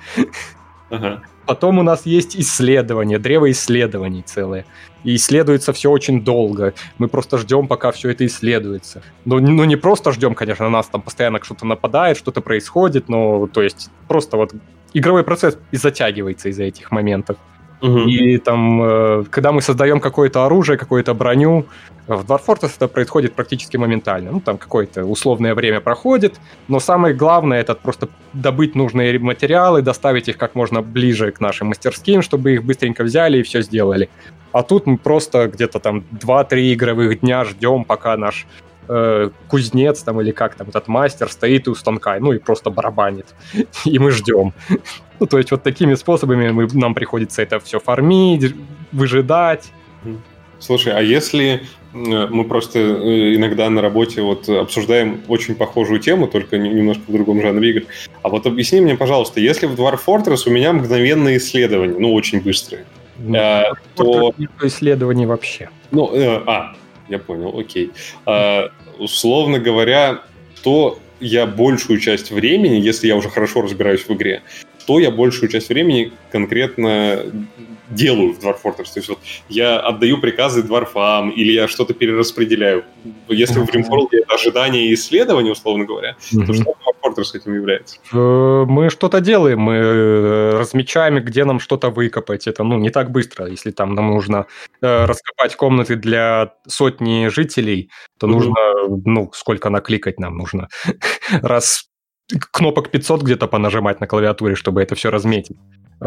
Потом у нас есть исследования, древо исследований целое. И исследуется все очень долго. Мы просто ждем, пока все это исследуется. Ну, не просто ждем, конечно, на нас там постоянно что-то нападает, что-то происходит, но, то есть, просто вот игровой процесс и затягивается из-за этих моментов. И там, когда мы создаем какое-то оружие, какую-то броню, в Dwarf Fortress это происходит практически моментально. Ну, там какое-то условное время проходит, но самое главное — это просто добыть нужные материалы, доставить их как можно ближе к нашим мастерским, чтобы их быстренько взяли и все сделали. А тут мы просто где-то там 2-3 игровых дня ждем, пока наш кузнец там или как там этот мастер стоит у станка, ну и просто барабанит. И мы ждем. Ну, то есть вот такими способами нам приходится это все фармить, выжидать. Слушай, а если мы просто иногда на работе вот обсуждаем очень похожую тему, только немножко в другом жанре игр, а вот объясни мне, пожалуйста, если в Dwarf Fortress у меня мгновенные исследования, ну, очень быстрые, то... Нет исследований вообще. Ну, я понял, окей. Условно говоря, то я большую часть времени, если я уже хорошо разбираюсь в игре, то я большую часть времени конкретно делаю в Dwarf Fortress. То есть вот я отдаю приказы дворфам, или я что-то перераспределяю. Если в RimWorld это ожидание и исследование, условно говоря, то что Dwarf Fortress этим является? Мы что-то делаем, мы размечаем, где нам что-то выкопать. Это, не так быстро. Если там нам нужно раскопать комнаты для сотни жителей, то нужно, сколько накликать нам нужно? Раз кнопок 500 где-то понажимать на клавиатуре, чтобы это все разметить.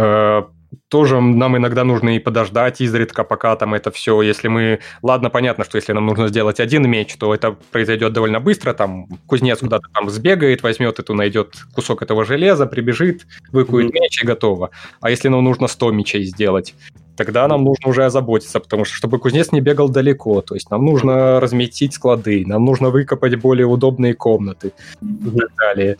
Тоже нам иногда нужно и подождать изредка, пока там это все, если мы... Ладно, понятно, что если нам нужно сделать один меч, то это произойдет довольно быстро, там кузнец куда-то там сбегает, возьмет эту, найдет кусок этого железа, прибежит, выкует меч и готово. А если нам нужно 100 мечей сделать, тогда нам нужно уже озаботиться, потому что чтобы кузнец не бегал далеко, то есть нам нужно разметить склады, нам нужно выкопать более удобные комнаты и так далее.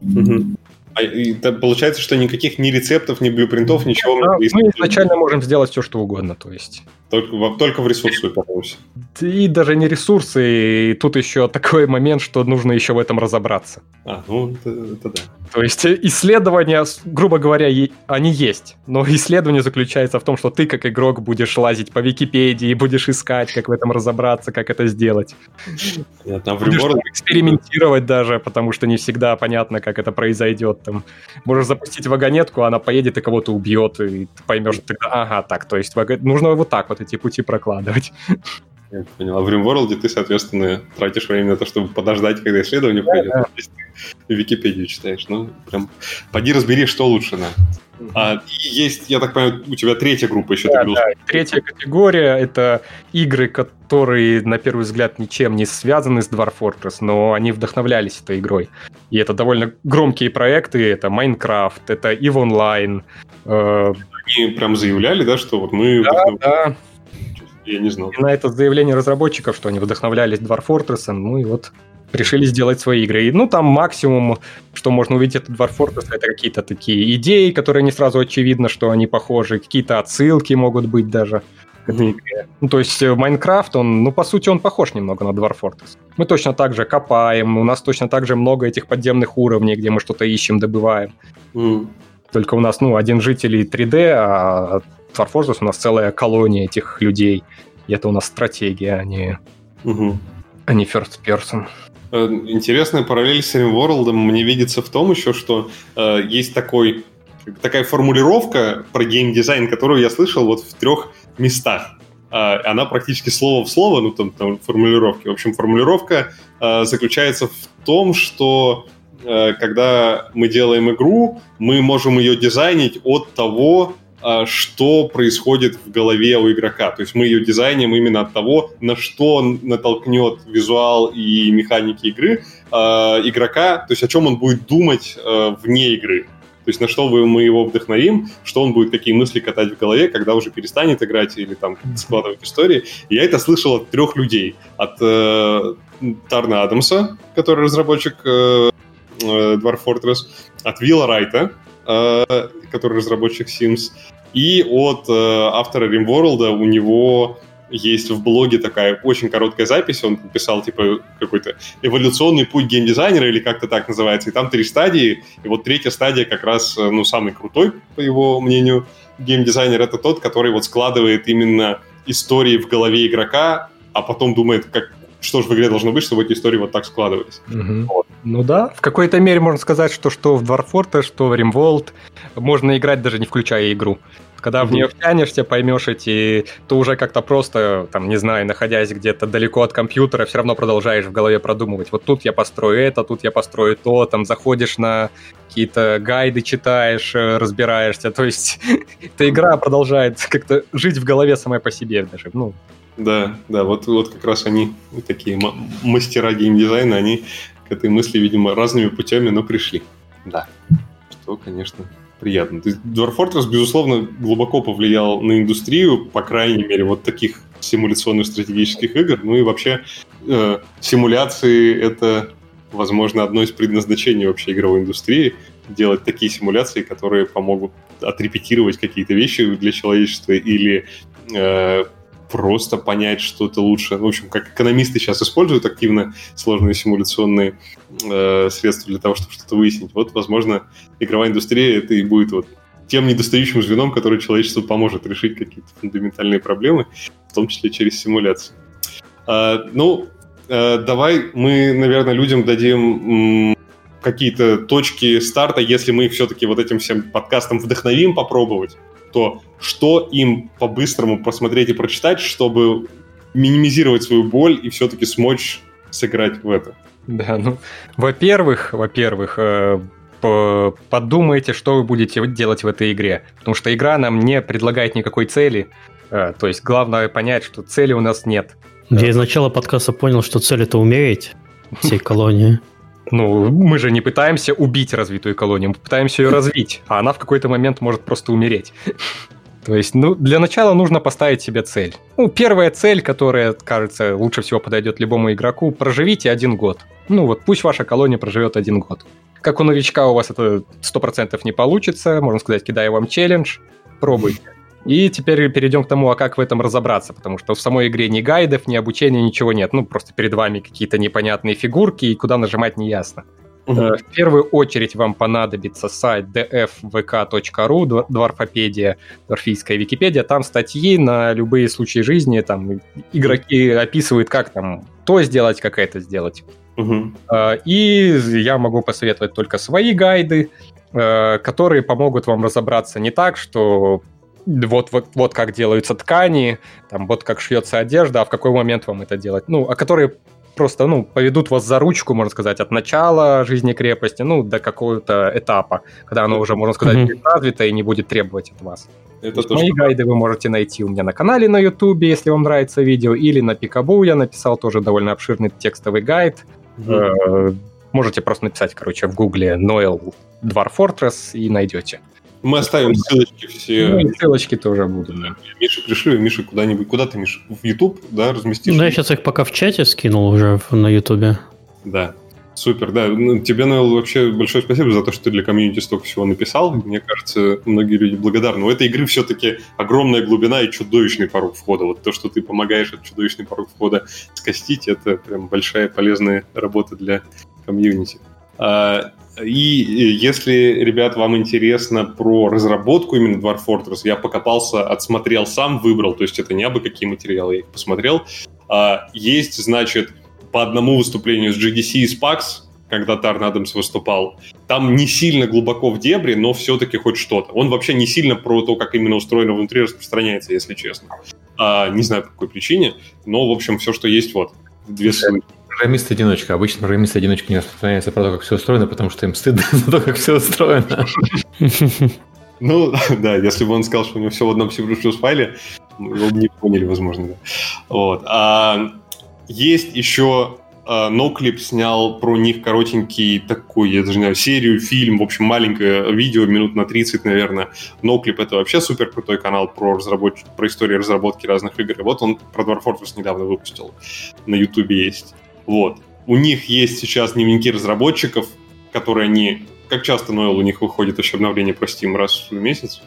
Получается, что никаких ни рецептов, ни блюпринтов, ничего... Мы изначально можем сделать все, что угодно, то есть... Только в ресурсы упомонулся. И даже не ресурсы, и тут еще такой момент, что нужно еще в этом разобраться. Это да. То есть исследования, грубо говоря, они есть, но исследование заключается в том, что ты как игрок будешь лазить по Википедии, будешь искать, как в этом разобраться, как это сделать. Будешь экспериментировать даже, потому что не всегда понятно, как это произойдет. Там, можешь запустить вагонетку, она поедет и кого-то убьет, и ты поймешь, тогда, то есть нужно вот так вот эти пути прокладывать. Я понял. А в RimWorld ты, соответственно, тратишь время на то, чтобы подождать, когда исследование пройдет. Да. В Википедию читаешь. Прям поди разбери, что лучше. И есть, я так понимаю, у тебя третья группа еще. Да. Третья категория — это игры, которые, на первый взгляд, ничем не связаны с Dwarf Fortress, но они вдохновлялись этой игрой. И это довольно громкие проекты. Это Minecraft, это EVE Online. Они прям заявляли, да, что вот мы... Да. Я не знал. И на это заявление разработчиков, что они вдохновлялись Dwarf Fortress, и вот решили сделать свои игры. И, там максимум, что можно увидеть от Dwarf Fortress, это какие-то такие идеи, которые не сразу очевидно, что они похожи, какие-то отсылки могут быть даже к этой игре. То есть Майнкрафт, по сути, он похож немного на Dwarf Fortress. Мы точно так же копаем, у нас точно так же много этих подземных уровней, где мы что-то ищем, добываем. Только у нас, один житель и 3D, а Dwarf Fortress у нас целая колония этих людей. И это у нас стратегия, а не first person. Интересная параллель с RimWorld мне видится в том еще, что есть такая формулировка про геймдизайн, которую я слышал вот в 3 местах. Она практически слово в слово, там формулировки. В общем, формулировка заключается в том, что когда мы делаем игру, мы можем ее дизайнить от того, что происходит в голове у игрока. То есть мы ее дизайним именно от того, на что натолкнет визуал и механики игры игрока, то есть о чем он будет думать вне игры. То есть на что мы его вдохновим, что он будет, какие мысли катать в голове, когда уже перестанет играть или там складывать истории. И я это слышал от 3 людей. От Тарна Адамса, который разработчик Dwarf Fortress, от Вилла Райта, который разработчик Sims, и от автора RimWorld. У него есть в блоге такая очень короткая запись, он написал типа какой-то эволюционный путь геймдизайнера, или как-то так называется, и там 3 стадии, и вот 3-я стадия как раз, самый крутой, по его мнению, геймдизайнер — это тот, который вот складывает именно истории в голове игрока, а потом думает, что же в игре должно быть, чтобы эти истории вот так складывались. Угу. Вот. Ну да, в какой-то мере можно сказать, что в Dwarf Fortress, что в RimWorld можно играть, даже не включая игру. Когда в нее втянешься, поймешь то уже как-то просто, там, не знаю, находясь где-то далеко от компьютера, все равно продолжаешь в голове продумывать. Вот тут я построю это, тут я построю то, там, заходишь на какие-то гайды, читаешь, разбираешься. То есть эта игра продолжает как-то жить в голове самой по себе даже, Да, вот как раз они, такие мастера геймдизайна, они к этой мысли, видимо, разными путями, но пришли. Да, что, конечно, приятно. То есть Dwarf Fortress, безусловно, глубоко повлиял на индустрию, по крайней мере, вот таких симуляционных стратегических игр. Ну и вообще симуляции — это, возможно, одно из предназначений вообще игровой индустрии — делать такие симуляции, которые помогут отрепетировать какие-то вещи для человечества или просто понять что-то лучше. В общем, как экономисты сейчас используют активно сложные симуляционные средства для того, чтобы что-то выяснить. Вот, возможно, игровая индустрия — это и будет вот тем недостающим звеном, который человечеству поможет решить какие-то фундаментальные проблемы, в том числе через симуляции. Давай мы, наверное, людям дадим какие-то точки старта, если мы их все-таки вот этим всем подкастом вдохновим попробовать, то что им по-быстрому посмотреть и прочитать, чтобы минимизировать свою боль и все-таки смочь сыграть в это? Да, во-первых, подумайте, что вы будете делать в этой игре. Потому что игра нам не предлагает никакой цели. То есть главное понять, что цели у нас нет. Я из начала подкаста понял, что цель — это умереть всей колонии. Мы же не пытаемся убить развитую колонию, мы пытаемся ее развить, а она в какой-то момент может просто умереть. То есть, для начала нужно поставить себе цель. Первая цель, которая, кажется, лучше всего подойдет любому игроку — проживите 1 год. Пусть ваша колония проживет 1 год. Как у новичка у вас это 100% не получится, можно сказать, кидаю вам челлендж, пробуйте. И теперь перейдем к тому, а как в этом разобраться, потому что в самой игре ни гайдов, ни обучения, ничего нет. Просто перед вами какие-то непонятные фигурки, и куда нажимать не ясно. В первую очередь вам понадобится сайт dfvk.ru, Dwarfopedia, Дворфийская Википедия. Там статьи на любые случаи жизни, там игроки описывают, как там то сделать, как это сделать. И я могу посоветовать только свои гайды, которые помогут вам разобраться не так, что вот как делаются ткани, там вот как шьется одежда, а в какой момент вам это делать. А которые просто, поведут вас за ручку, можно сказать, от начала жизни крепости, до какого-то этапа, когда оно уже, можно сказать, будет развито и не будет требовать от вас. Мои гайды вы можете найти у меня на канале на YouTube, если вам нравится видео, или на Пикабу я написал тоже довольно обширный текстовый гайд. Можете просто написать, в гугле Noel Dwarf Fortress и найдете. Мы оставим ссылочки все. И ссылочки тоже будут. Да. Миша, пришли, Миша, куда-нибудь. Куда ты, Миша? В YouTube, да, разместишь? Я сейчас их пока в чате скинул уже на YouTube. Да, супер, да. Тебе, Ноэл, вообще большое спасибо за то, что ты для комьюнити столько всего написал. Мне кажется, многие люди благодарны. У этой игры все-таки огромная глубина и чудовищный порог входа. Вот то, что ты помогаешь этот чудовищный порог входа скостить, это прям большая полезная работа для комьюнити. И если, ребят, вам интересно про разработку именно Dwarf Fortress, я покопался, отсмотрел сам, выбрал, то есть это не абы какие материалы, я их посмотрел. Есть, значит, по одному выступлению с GDC и SPAX, когда Тарн Адамс выступал, там не сильно глубоко в дебри, но все-таки хоть что-то. Он вообще не сильно про то, как именно устроено внутри, распространяется, если честно. Не знаю, по какой причине, но, в общем, все, что есть, вот, 2 ссылки. программист-одиночка. Обычно программист-одиночка не распространяется про то, как все устроено, потому что им стыдно за то, как все устроено. Ну, да, если бы он сказал, что у него все в одном C++ файле, мы его бы не поняли, возможно, да. Вот. Есть еще NoClip снял про них коротенький такой, я даже не знаю, серию, фильм, в общем, маленькое видео, минут на 30, наверное. NoClip — это вообще супер крутой канал про историю разработки разных игр. И вот он про Dwarf Fortress недавно выпустил. На YouTube есть. Вот. У них есть сейчас дневники разработчиков, которые они... Как часто, Ноэл, у них выходит еще обновление про Steam? Раз в месяц?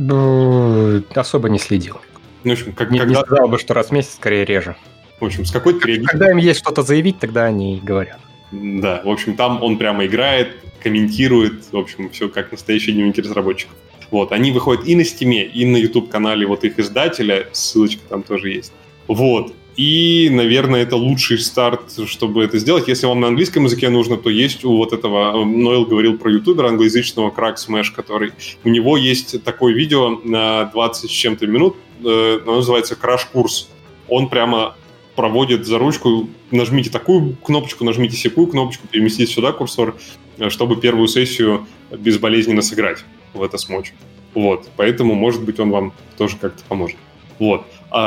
Особо не следил. Ну, в общем, Не сказал бы, что раз в месяц, скорее реже. В общем, с какой-то периодичностью... Когда им есть что-то заявить, тогда они и говорят. Да, в общем, там он прямо играет, комментирует, в общем, все как настоящие дневники разработчиков. Вот, они выходят и на Steam, и на YouTube-канале вот их издателя, ссылочка там тоже есть. Вот, и, наверное, это лучший старт, чтобы это сделать. Если вам на английском языке нужно, то есть у вот этого, Ноэл говорил про ютубера англоязычного Crack Smash, который... У него есть такое видео на 20 с чем-то минут, оно называется «Краш-курс». Он прямо проводит за ручку, нажмите такую кнопочку, нажмите сякую кнопочку, переместите сюда курсор, чтобы первую сессию безболезненно сыграть в это смочь. Вот, поэтому, может быть, он вам тоже как-то поможет. Вот.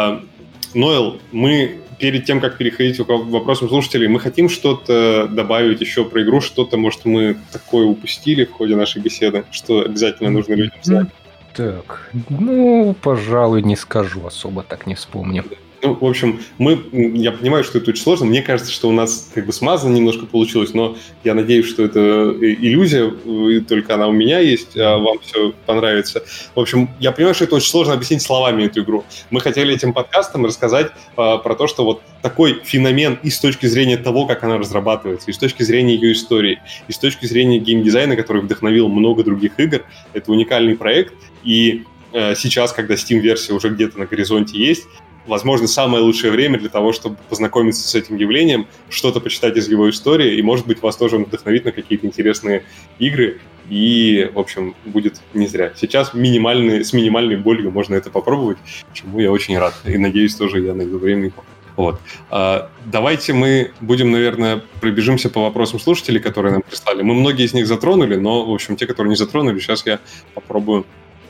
Ноэл, мы перед тем, как переходить к вопросам слушателей, мы хотим что-то добавить еще про игру, что-то, может, мы такое упустили в ходе нашей беседы, что обязательно нужно людям знать. Так, пожалуй, не скажу особо, так не вспомню. Ну, в общем, я понимаю, что это очень сложно. Мне кажется, что у нас как бы смазано немножко получилось, но я надеюсь, что это иллюзия, и только она у меня есть, а вам все понравится. В общем, я понимаю, что это очень сложно объяснить словами эту игру. Мы хотели этим подкастом рассказать про то, что вот такой феномен и с точки зрения того, как она разрабатывается, и с точки зрения ее истории, и с точки зрения геймдизайна, который вдохновил много других игр. Это уникальный проект, и сейчас, когда Steam-версия уже где-то на горизонте есть, возможно, самое лучшее время для того, чтобы познакомиться с этим явлением, что-то почитать из его истории, и, может быть, вас тоже вдохновит на какие-то интересные игры, и, в общем, будет не зря. Сейчас с минимальной болью можно это попробовать, чему я очень рад, и, надеюсь, тоже я найду время. Вот. Давайте мы будем, наверное, пробежимся по вопросам слушателей, которые нам прислали. Мы многие из них затронули, но, в общем, те, которые не затронули, сейчас я попробую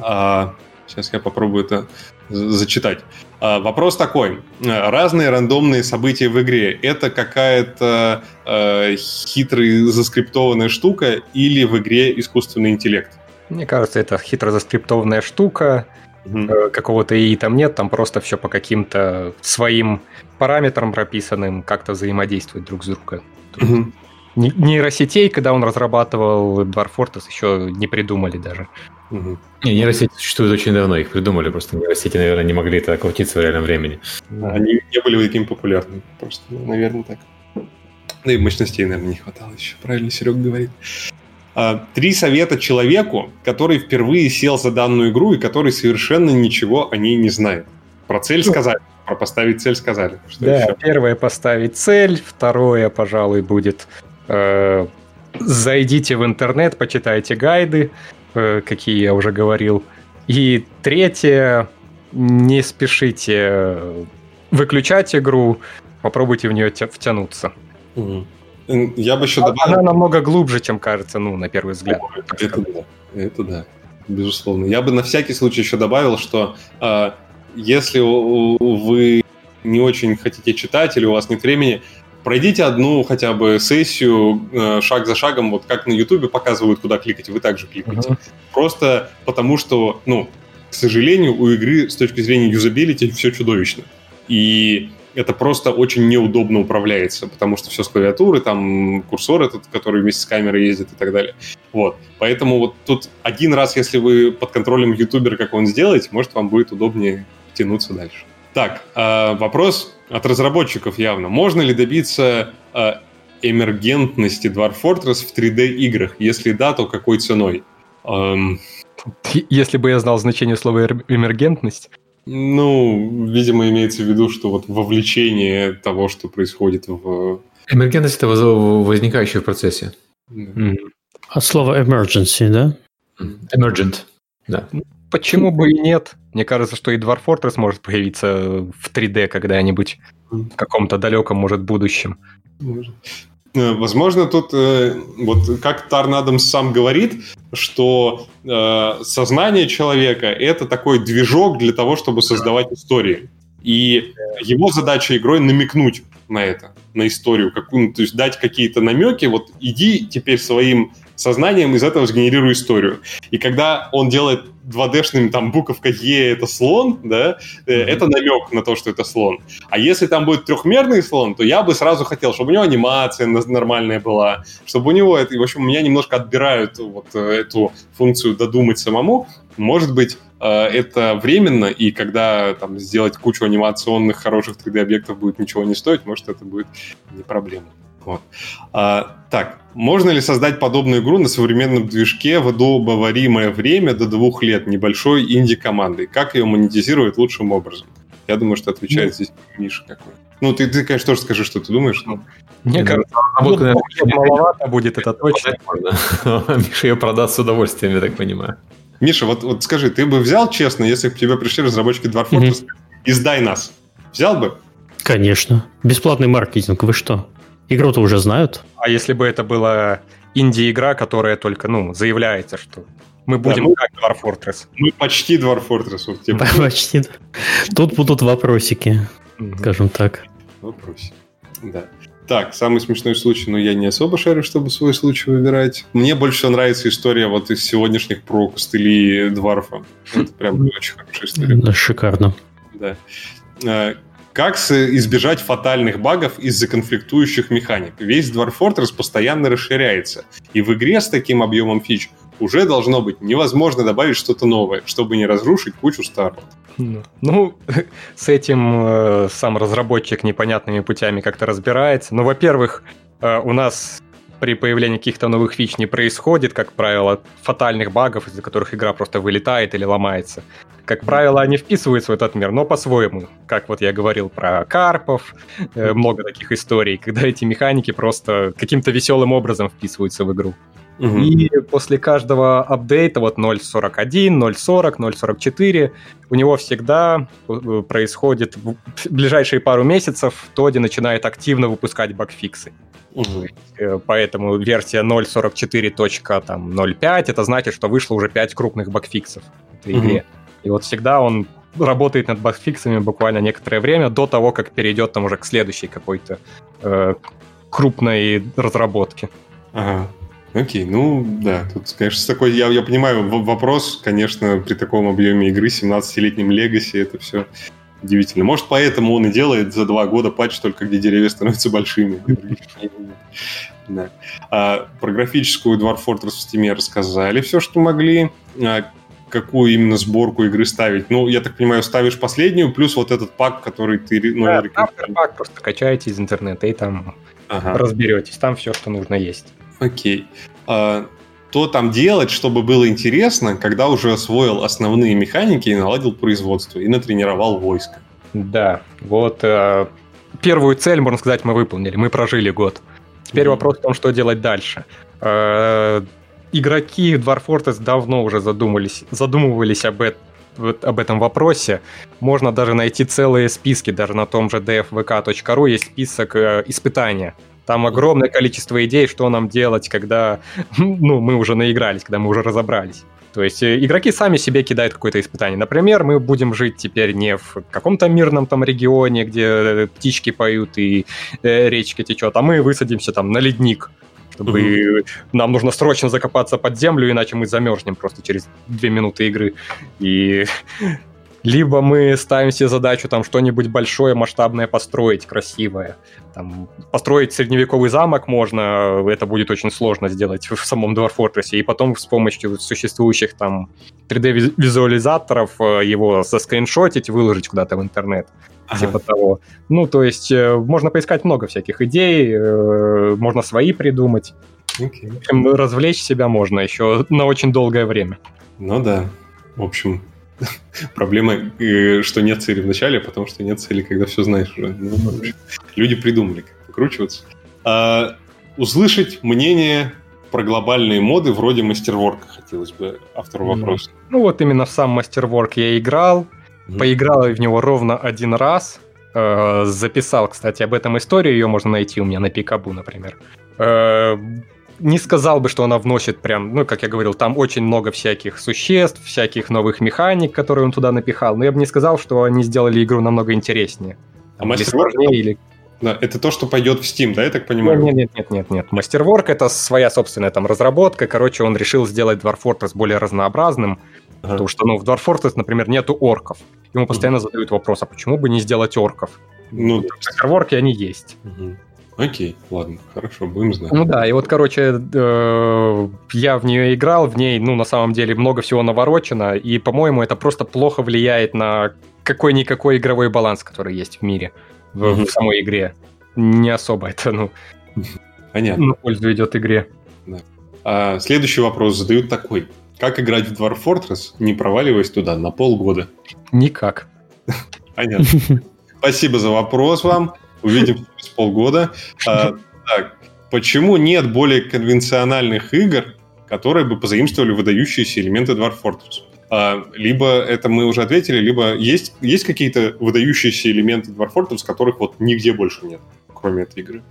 это зачитать. Вопрос такой. Разные рандомные события в игре — это какая-то хитрая заскриптованная штука или в игре искусственный интеллект? Мне кажется, это хитро заскриптованная штука. Какого-то ИИ там нет, там просто все по каким-то своим параметрам прописанным как-то взаимодействует друг с другом. Нейросетей, когда он разрабатывал Dwarf Fortress, еще не придумали даже. Нейросети существуют очень давно, их придумали, просто нейросети, наверное, не могли это крутиться в реальном времени. Они не были такими популярными, просто, наверное, так. Да и мощностей, наверное, не хватало еще, правильно Серега говорит. 3 совета человеку, который впервые сел за данную игру и который совершенно ничего о ней не знает. Про цель сказали, про поставить цель сказали. Что да, еще? Первое — поставить цель, второе, пожалуй, будет зайдите в интернет, почитайте гайды, какие я уже говорил. И третье, не спешите выключать игру, попробуйте в нее втянуться. Я бы еще добавил... Она намного глубже, чем кажется, на первый взгляд. Это да, безусловно. Я бы на всякий случай еще добавил, что если вы не очень хотите читать или у вас нет времени, пройдите одну хотя бы сессию шаг за шагом, вот как на Ютубе показывают, куда кликать, вы также кликаете. Просто потому что, к сожалению, у игры с точки зрения юзабилити все чудовищно. И это просто очень неудобно управляется, потому что все с клавиатуры, там курсор этот, который вместе с камерой ездит и так далее. Вот. Поэтому вот тут один раз, если вы под контролем ютубера, как он сделаете, может, вам будет удобнее тянуться дальше. Так, вопрос от разработчиков явно. Можно ли добиться эмергентности Dwarf Fortress в 3D-играх? Если да, то какой ценой? Если бы я знал значение слова эмергентность... видимо, имеется в виду, что вот вовлечение того, что происходит в... Эмергентность — это возникающее в процессе. От слова emergency, да? Emergent, да. Почему бы и нет? Мне кажется, что и Dwarf Fortress может появиться в 3D когда-нибудь в каком-то далеком, может, будущем. Возможно, тут, вот как Тарн Адамс сам говорит, что сознание человека — это такой движок для того, чтобы создавать истории. И его задача игрой намекнуть на это, на историю, то есть дать какие-то намеки, вот иди теперь своим сознанием из этого сгенерируй историю. И когда он делает 2D-шным, там, буковка Е — это слон, да, это намек на то, что это слон. А если там будет трехмерный слон, то я бы сразу хотел, чтобы у него анимация нормальная была, чтобы у него, в общем, у меня немножко отбирают вот эту функцию додумать самому. Может быть, это временно, и когда там сделать кучу анимационных хороших 3D-объектов будет ничего не стоить, может, это будет не проблема. Вот. Так, можно ли создать подобную игру на современном движке в удобоваримое время до 2 лет небольшой инди-командой? Как ее монетизировать лучшим образом? Я думаю, что отвечает здесь Миша какой. Ну, ты, конечно, тоже скажи, что ты думаешь. Но... Мне кажется, маловато будет, это точно. Миша ее продаст с удовольствием, я так понимаю. Миша, вот скажи, ты бы взял, честно, если бы к тебе пришли разработчики Dwarf Fortress, издай нас, взял бы? Конечно. Бесплатный маркетинг, вы что? Игру-то уже знают. А если бы это была инди-игра, которая только, заявляется, что мы будем как Dwarf Fortress? Мы почти Dwarf Fortress. Вот, типа. Почти. Тут будут вопросики, скажем так. Вопросики, да. Так, самый смешной случай, но я не особо шарю, чтобы свой случай выбирать. Мне больше всего нравится история вот из сегодняшних про костыли Дварфа. Это прям очень хорошая история. Шикарно. Да. Как избежать фатальных багов из-за конфликтующих механик? Весь Dwarf Fortress постоянно расширяется, и в игре с таким объемом фич уже должно быть невозможно добавить что-то новое, чтобы не разрушить кучу старого. Ну, с этим сам разработчик непонятными путями как-то разбирается. Ну, во-первых, у нас при появлении каких-то новых фич не происходит, как правило, фатальных багов, из-за которых игра просто вылетает или ломается. Как правило, они вписываются в этот мир, но по-своему. Как вот я говорил про карпов, много таких историй, когда эти механики просто каким-то веселым образом вписываются в игру. И после каждого апдейта, вот 0.41, 0.40, 0.44, у него всегда происходит в ближайшие пару месяцев, Тоди начинает активно выпускать багфиксы. Поэтому версия 0.44.05 это значит, что вышло уже 5 крупных багфиксов в этой игре. И вот всегда он работает над багфиксами буквально некоторое время до того, как перейдет там уже к следующей какой-то крупной разработке. Ага. Окей, ну да, тут, конечно, такой, я понимаю, вопрос, конечно, при таком объеме игры, 17-летнем Legacy, это все удивительно. Может, поэтому он и делает за 2 года патч только, где деревья становятся большими. Да. Про графическую Dwarf Fortress в Steam рассказали все, что могли. Какую именно сборку игры ставить? Ну, я так понимаю, ставишь последнюю, плюс вот этот пак, который ты... Да, пак просто качаете из интернета и там разберетесь. Там все, что нужно, есть. Окей. Что там делать, чтобы было интересно, когда уже освоил основные механики и наладил производство, и натренировал войско? Да, вот первую цель, можно сказать, мы выполнили. Мы прожили год. Теперь вопрос в том, что делать дальше. Игроки Dwarf Fortress давно уже задумывались об этом вопросе. Можно даже найти целые списки, даже на том же dfvk.ru есть список испытания. Там огромное количество идей, что нам делать, когда мы уже наигрались, когда мы уже разобрались. То есть игроки сами себе кидают какое-то испытание. Например, мы будем жить теперь не в каком-то мирном там регионе, где птички поют и речка течет, а мы высадимся там на ледник, чтобы нам нужно срочно закопаться под землю, иначе мы замерзнем просто через 2 минуты игры. И либо мы ставим себе задачу там что-нибудь большое, масштабное построить, красивое. Там, построить средневековый замок можно, это будет очень сложно сделать в самом Dwarf Fortress, и потом с помощью существующих там 3D-визуализаторов его соскриншотить, выложить куда-то в интернет. Типа того. Ну, то есть можно поискать много всяких идей, можно свои придумать. В общем, развлечь себя можно еще на очень долгое время. Ну да, в общем... Проблема, что нет цели в начале, потому что нет цели, когда все знаешь уже. Ну, люди придумали, как выкручиваться. Услышать мнение про глобальные моды вроде мастерворка, хотелось бы автору вопроса. Ну вот именно в сам мастерворк я играл, поиграл в него ровно 1 раз, записал, кстати, об этом историю, ее можно найти у меня на Пикабу, например. Не сказал бы, что она вносит прям, ну, как я говорил, там очень много всяких существ, всяких новых механик, которые он туда напихал, но я бы не сказал, что они сделали игру намного интереснее. А Мастерворк или... Да, это то, что пойдет в Steam, да, я так понимаю? Нет. Мастерворк — это своя собственная там разработка, короче, он решил сделать Dwarf Fortress более разнообразным, потому что, ну, в Dwarf Fortress, например, нету орков. Ему постоянно задают вопрос, а почему бы не сделать орков? Ну, в Мастерворке они есть. Окей, ладно, хорошо, будем знать. Ну да, и вот, короче, я в нее играл, в ней, ну, на самом деле, много всего наворочено, и, по-моему, это просто плохо влияет на какой-никакой игровой баланс, который есть в мире, в самой игре. Не особо это, ну, понятно. На пользу идет игре. Да. Следующий вопрос задают такой. Как играть в Dwarf Fortress, не проваливаясь туда на полгода? Никак. Понятно. Спасибо за вопрос вам. Увидимся через полгода. Так, почему нет более конвенциональных игр, которые бы позаимствовали выдающиеся элементы Dwarf Fortress? Либо это мы уже ответили, либо есть какие-то выдающиеся элементы Dwarf Fortress, которых вот нигде больше нет, кроме этой игры?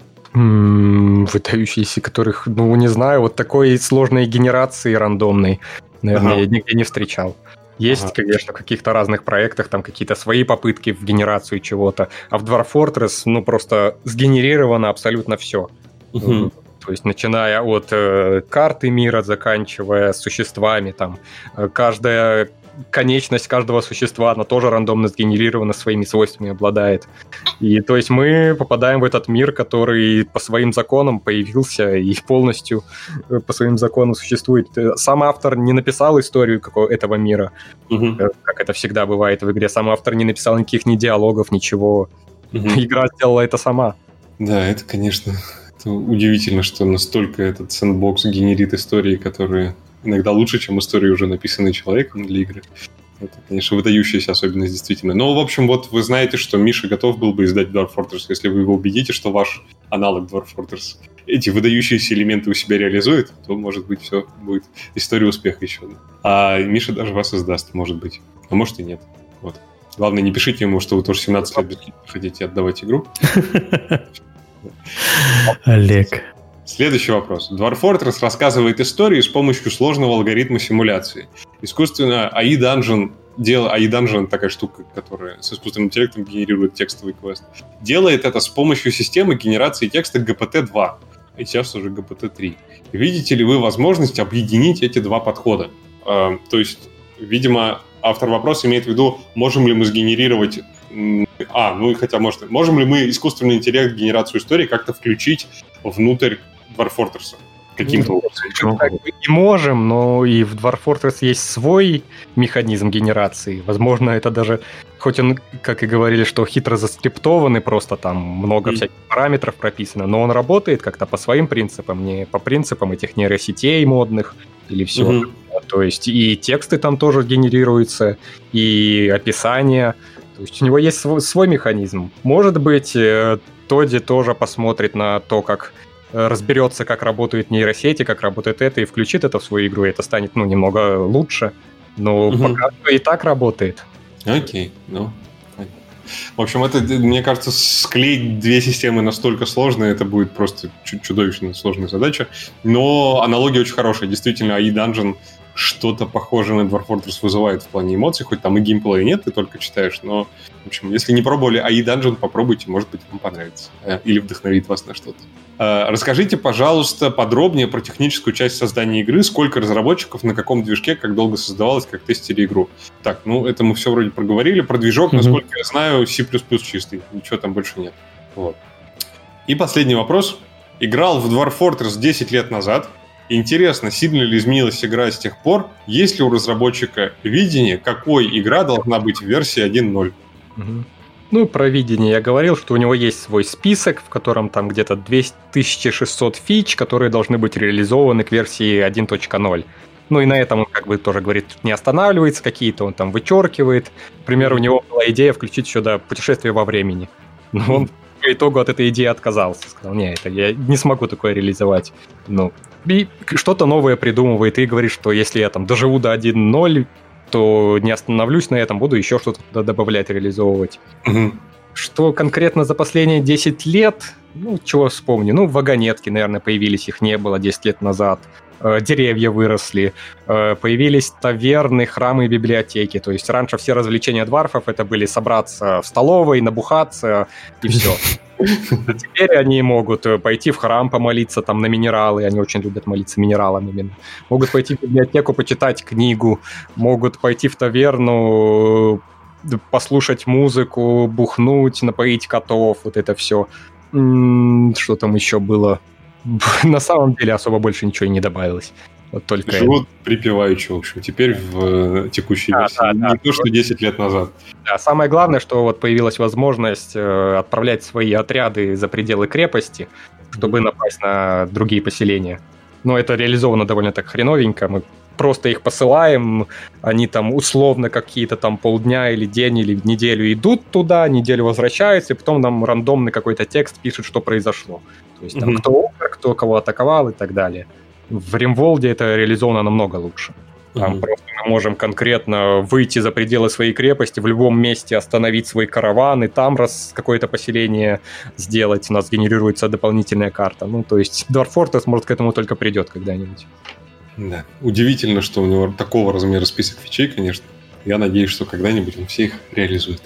Выдающиеся, которых, ну, не знаю, вот такой сложной генерации рандомной, наверное, я нигде не встречал. Есть, конечно, в каких-то разных проектах там какие-то свои попытки в генерацию чего-то, а в Dwarf Fortress, ну, просто сгенерировано абсолютно все. То есть, начиная от карты мира, заканчивая существами, там, каждая конечность каждого существа, она тоже рандомно сгенерирована, своими свойствами обладает. И то есть мы попадаем в этот мир, который по своим законам появился и полностью по своим законам существует. Сам автор не написал историю этого мира, как это всегда бывает в игре. Сам автор не написал никаких ни диалогов, ничего. Игра сделала это сама. Да, это, конечно, это удивительно, что настолько этот сэндбокс генерит истории, которые иногда лучше, чем истории, уже написанные человеком для игры. Это, конечно, выдающаяся особенность, действительно. Но, в общем, вот вы знаете, что Миша готов был бы издать Dwarf Fortress, если вы его убедите, что ваш аналог Dwarf Fortress эти выдающиеся элементы у себя реализует, то, может быть, все будет история успеха еще. А Миша даже вас издаст, может быть. А может и нет. Вот. Главное, не пишите ему, что вы тоже 17 лет хотите отдавать игру. Олег. Следующий вопрос. Dwarf Fortress рассказывает истории с помощью сложного алгоритма симуляции. Искусственно AI Dungeon такая штука, которая с искусственным интеллектом генерирует текстовый квест, делает это с помощью системы генерации текста GPT-2, и сейчас уже GPT-3. Видите ли вы возможность объединить эти два подхода? То есть, видимо, автор вопроса имеет в виду, можем ли мы сгенерировать... можем ли мы искусственный интеллект, генерацию истории как-то включить внутрь Dwarf Fortress каким-то образом? И можем, но и в Dwarf Fortress есть свой механизм генерации. Возможно, это даже, хоть он, как и говорили, что хитро заскриптованный, просто там много всяких параметров прописано, но он работает как-то по своим принципам, не по принципам этих нейросетей модных или всего. То есть и тексты там тоже генерируются, и описания. То есть у него есть свой механизм. Может быть, Тодди тоже посмотрит на то, как разберется, как работают нейросети, как работает это, и включит это в свою игру, и это станет, ну, немного лучше. Но пока что и так работает. Окей, ну, понятно. В общем, это, мне кажется, склеить две системы настолько сложно, это будет просто чудовищно сложная задача. Но аналогия очень хорошая. Действительно, AI Dungeon что-то похожее на Dwarf Fortress вызывает в плане эмоций, хоть там и геймплея нет, ты только читаешь, но, в общем, если не пробовали AI Dungeon, попробуйте, может быть, вам понравится. Или вдохновит вас на что-то. Расскажите, пожалуйста, подробнее про техническую часть создания игры, сколько разработчиков, на каком движке, как долго создавалось, как тестили игру. Так, ну, это мы все вроде проговорили. Про движок, насколько я знаю, C++ чистый, ничего там больше нет. Вот. И последний вопрос. Играл в Dwarf Fortress 10 лет назад. Интересно, сильно ли изменилась игра с тех пор? Есть ли у разработчика видение, какой игра должна быть в версии 1.0? Ну, про видение я говорил, что у него есть свой список, в котором там где-то 2600 фич, которые должны быть реализованы к версии 1.0. Ну и на этом он как бы тоже говорит, не останавливается, какие-то он там вычеркивает. Например, у него была идея включить сюда путешествие во времени. Но он по итогу от этой идеи отказался. Сказал, я не смогу такое реализовать. Ну, и что-то новое придумывает и говорит, что если я там доживу до 1.0, то не остановлюсь на этом, буду еще что-то добавлять, реализовывать. Что конкретно за последние 10 лет? Ну, чего вспомню? Ну, вагонетки, наверное, появились, их не было 10 лет назад. Деревья выросли, появились таверны, храмы и библиотеки. То есть раньше все развлечения дварфов это были собраться в столовой, набухаться и все. А теперь они могут пойти в храм помолиться там на минералы, они очень любят молиться минералам именно. Могут пойти в библиотеку, почитать книгу, могут пойти в таверну, послушать музыку, бухнуть, напоить котов, вот это все. Что там еще было? На самом деле особо больше ничего и не добавилось. Вот только живут припеваючи, в общем, теперь в текущей версии. Не то, что 10 лет назад. Да, самое главное, что вот появилась возможность отправлять свои отряды за пределы крепости, чтобы напасть на другие поселения. Но это реализовано довольно так хреновенько. Мы просто их посылаем, они там условно какие-то там полдня или день или неделю идут туда, неделю возвращаются, и потом нам рандомный какой-то текст пишет, что произошло. То есть там кто умер, кто кого атаковал и так далее. В Римволде это реализовано намного лучше. Там просто мы можем конкретно выйти за пределы своей крепости, в любом месте остановить свой караван, и там раз какое-то поселение сделать. У нас генерируется дополнительная карта. Ну, то есть Dwarf Fortress, может, к этому только придет когда-нибудь. Да. Удивительно, что у него такого размера список фичей, конечно. Я надеюсь, что когда-нибудь он все их реализует.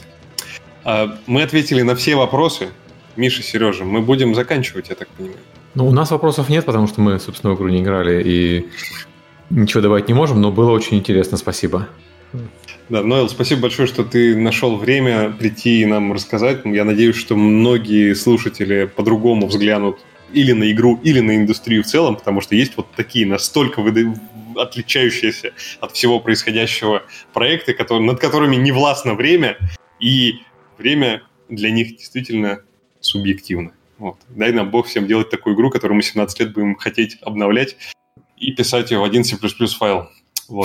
Мы ответили на все вопросы. Миша, Сережа, мы будем заканчивать, я так понимаю. Ну, у нас вопросов нет, потому что мы, собственно, в игру не играли и ничего добавить не можем, но было очень интересно, спасибо. Да, Ноэл, спасибо большое, что ты нашел время прийти и нам рассказать. Я надеюсь, что многие слушатели по-другому взглянут или на игру, или на индустрию в целом, потому что есть вот такие настолько отличающиеся от всего происходящего проекты, над которыми не властно время, и время для них действительно субъективно. Вот. Дай нам Бог всем делать такую игру, которую мы 17 лет будем хотеть обновлять и писать ее в один C++ файл. Вот.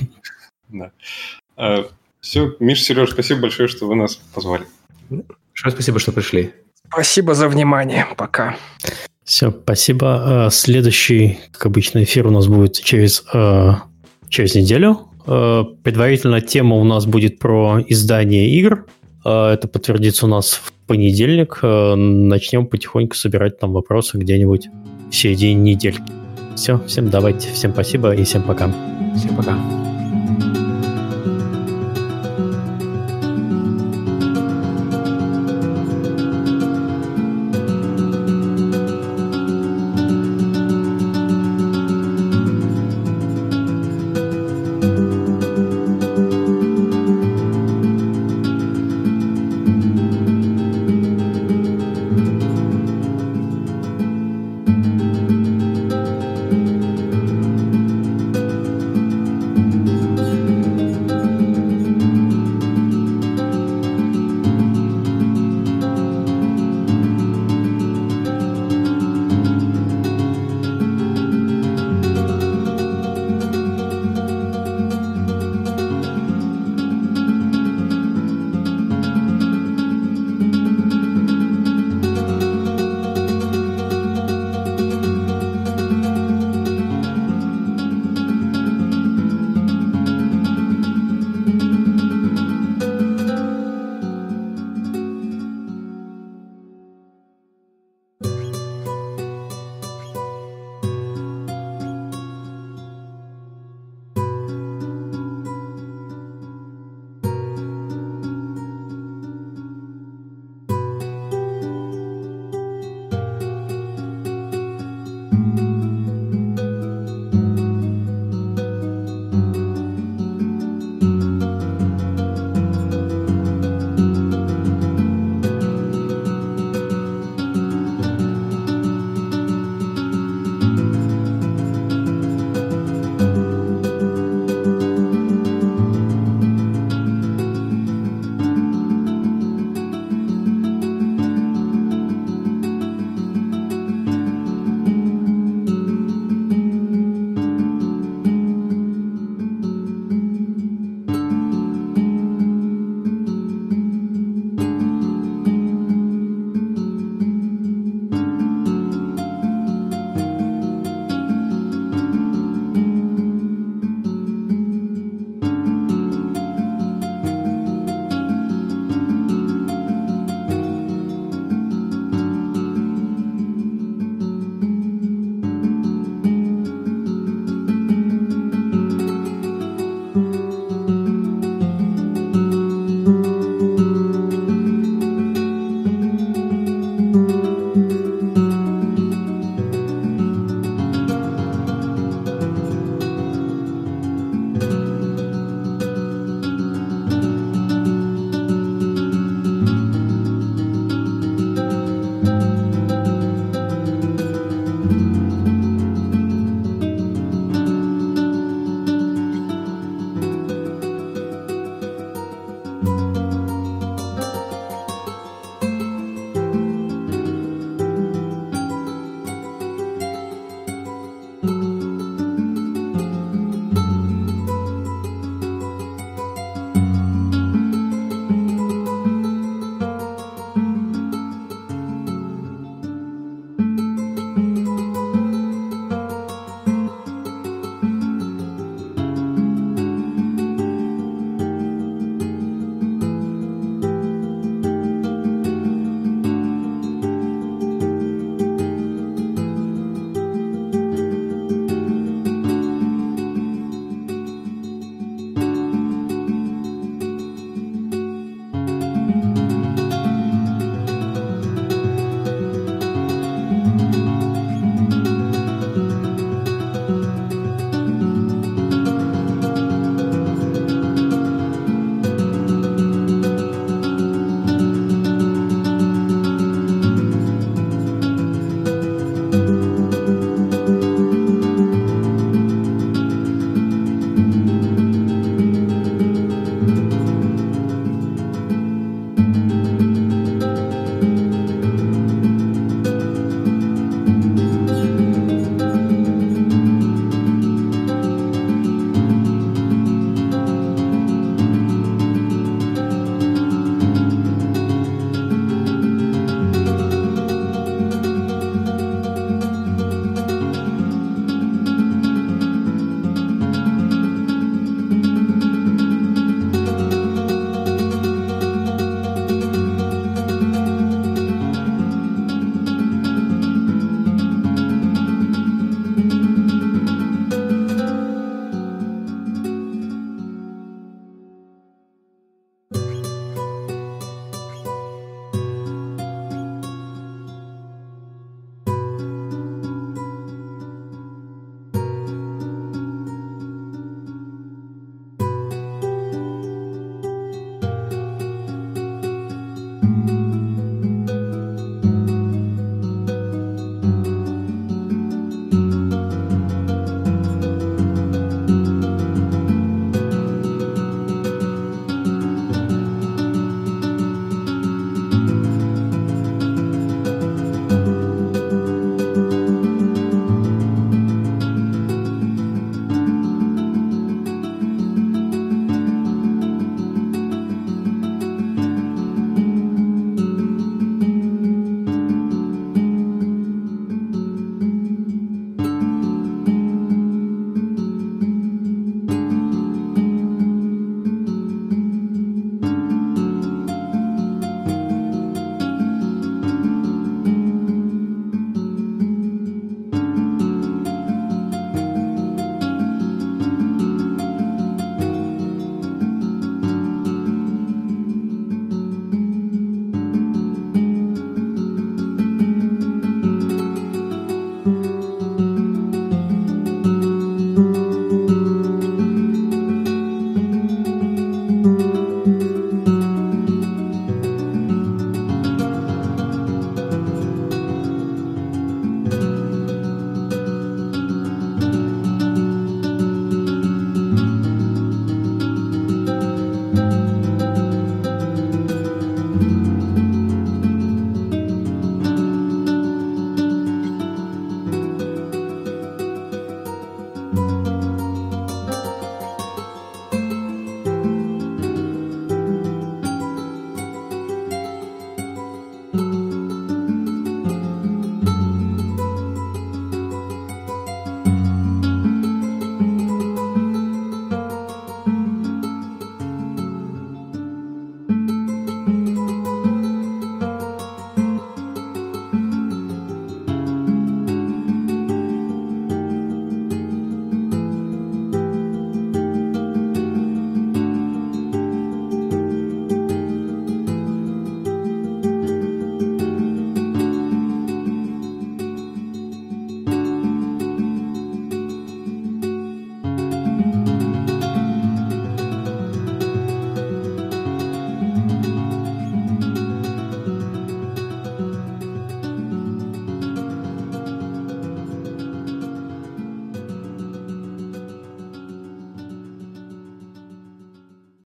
Все, Миша, Сереж, спасибо большое, что вы нас позвали. Большое спасибо, что пришли. Спасибо за внимание. Пока. Все, спасибо. Следующий, как обычно, эфир у нас будет через неделю. Предварительно тема у нас будет про издание игр. Это подтвердится у нас в понедельник. Начнем потихоньку собирать там вопросы где-нибудь в середине недельки. Все, всем давайте. Всем спасибо и всем пока. Всем пока.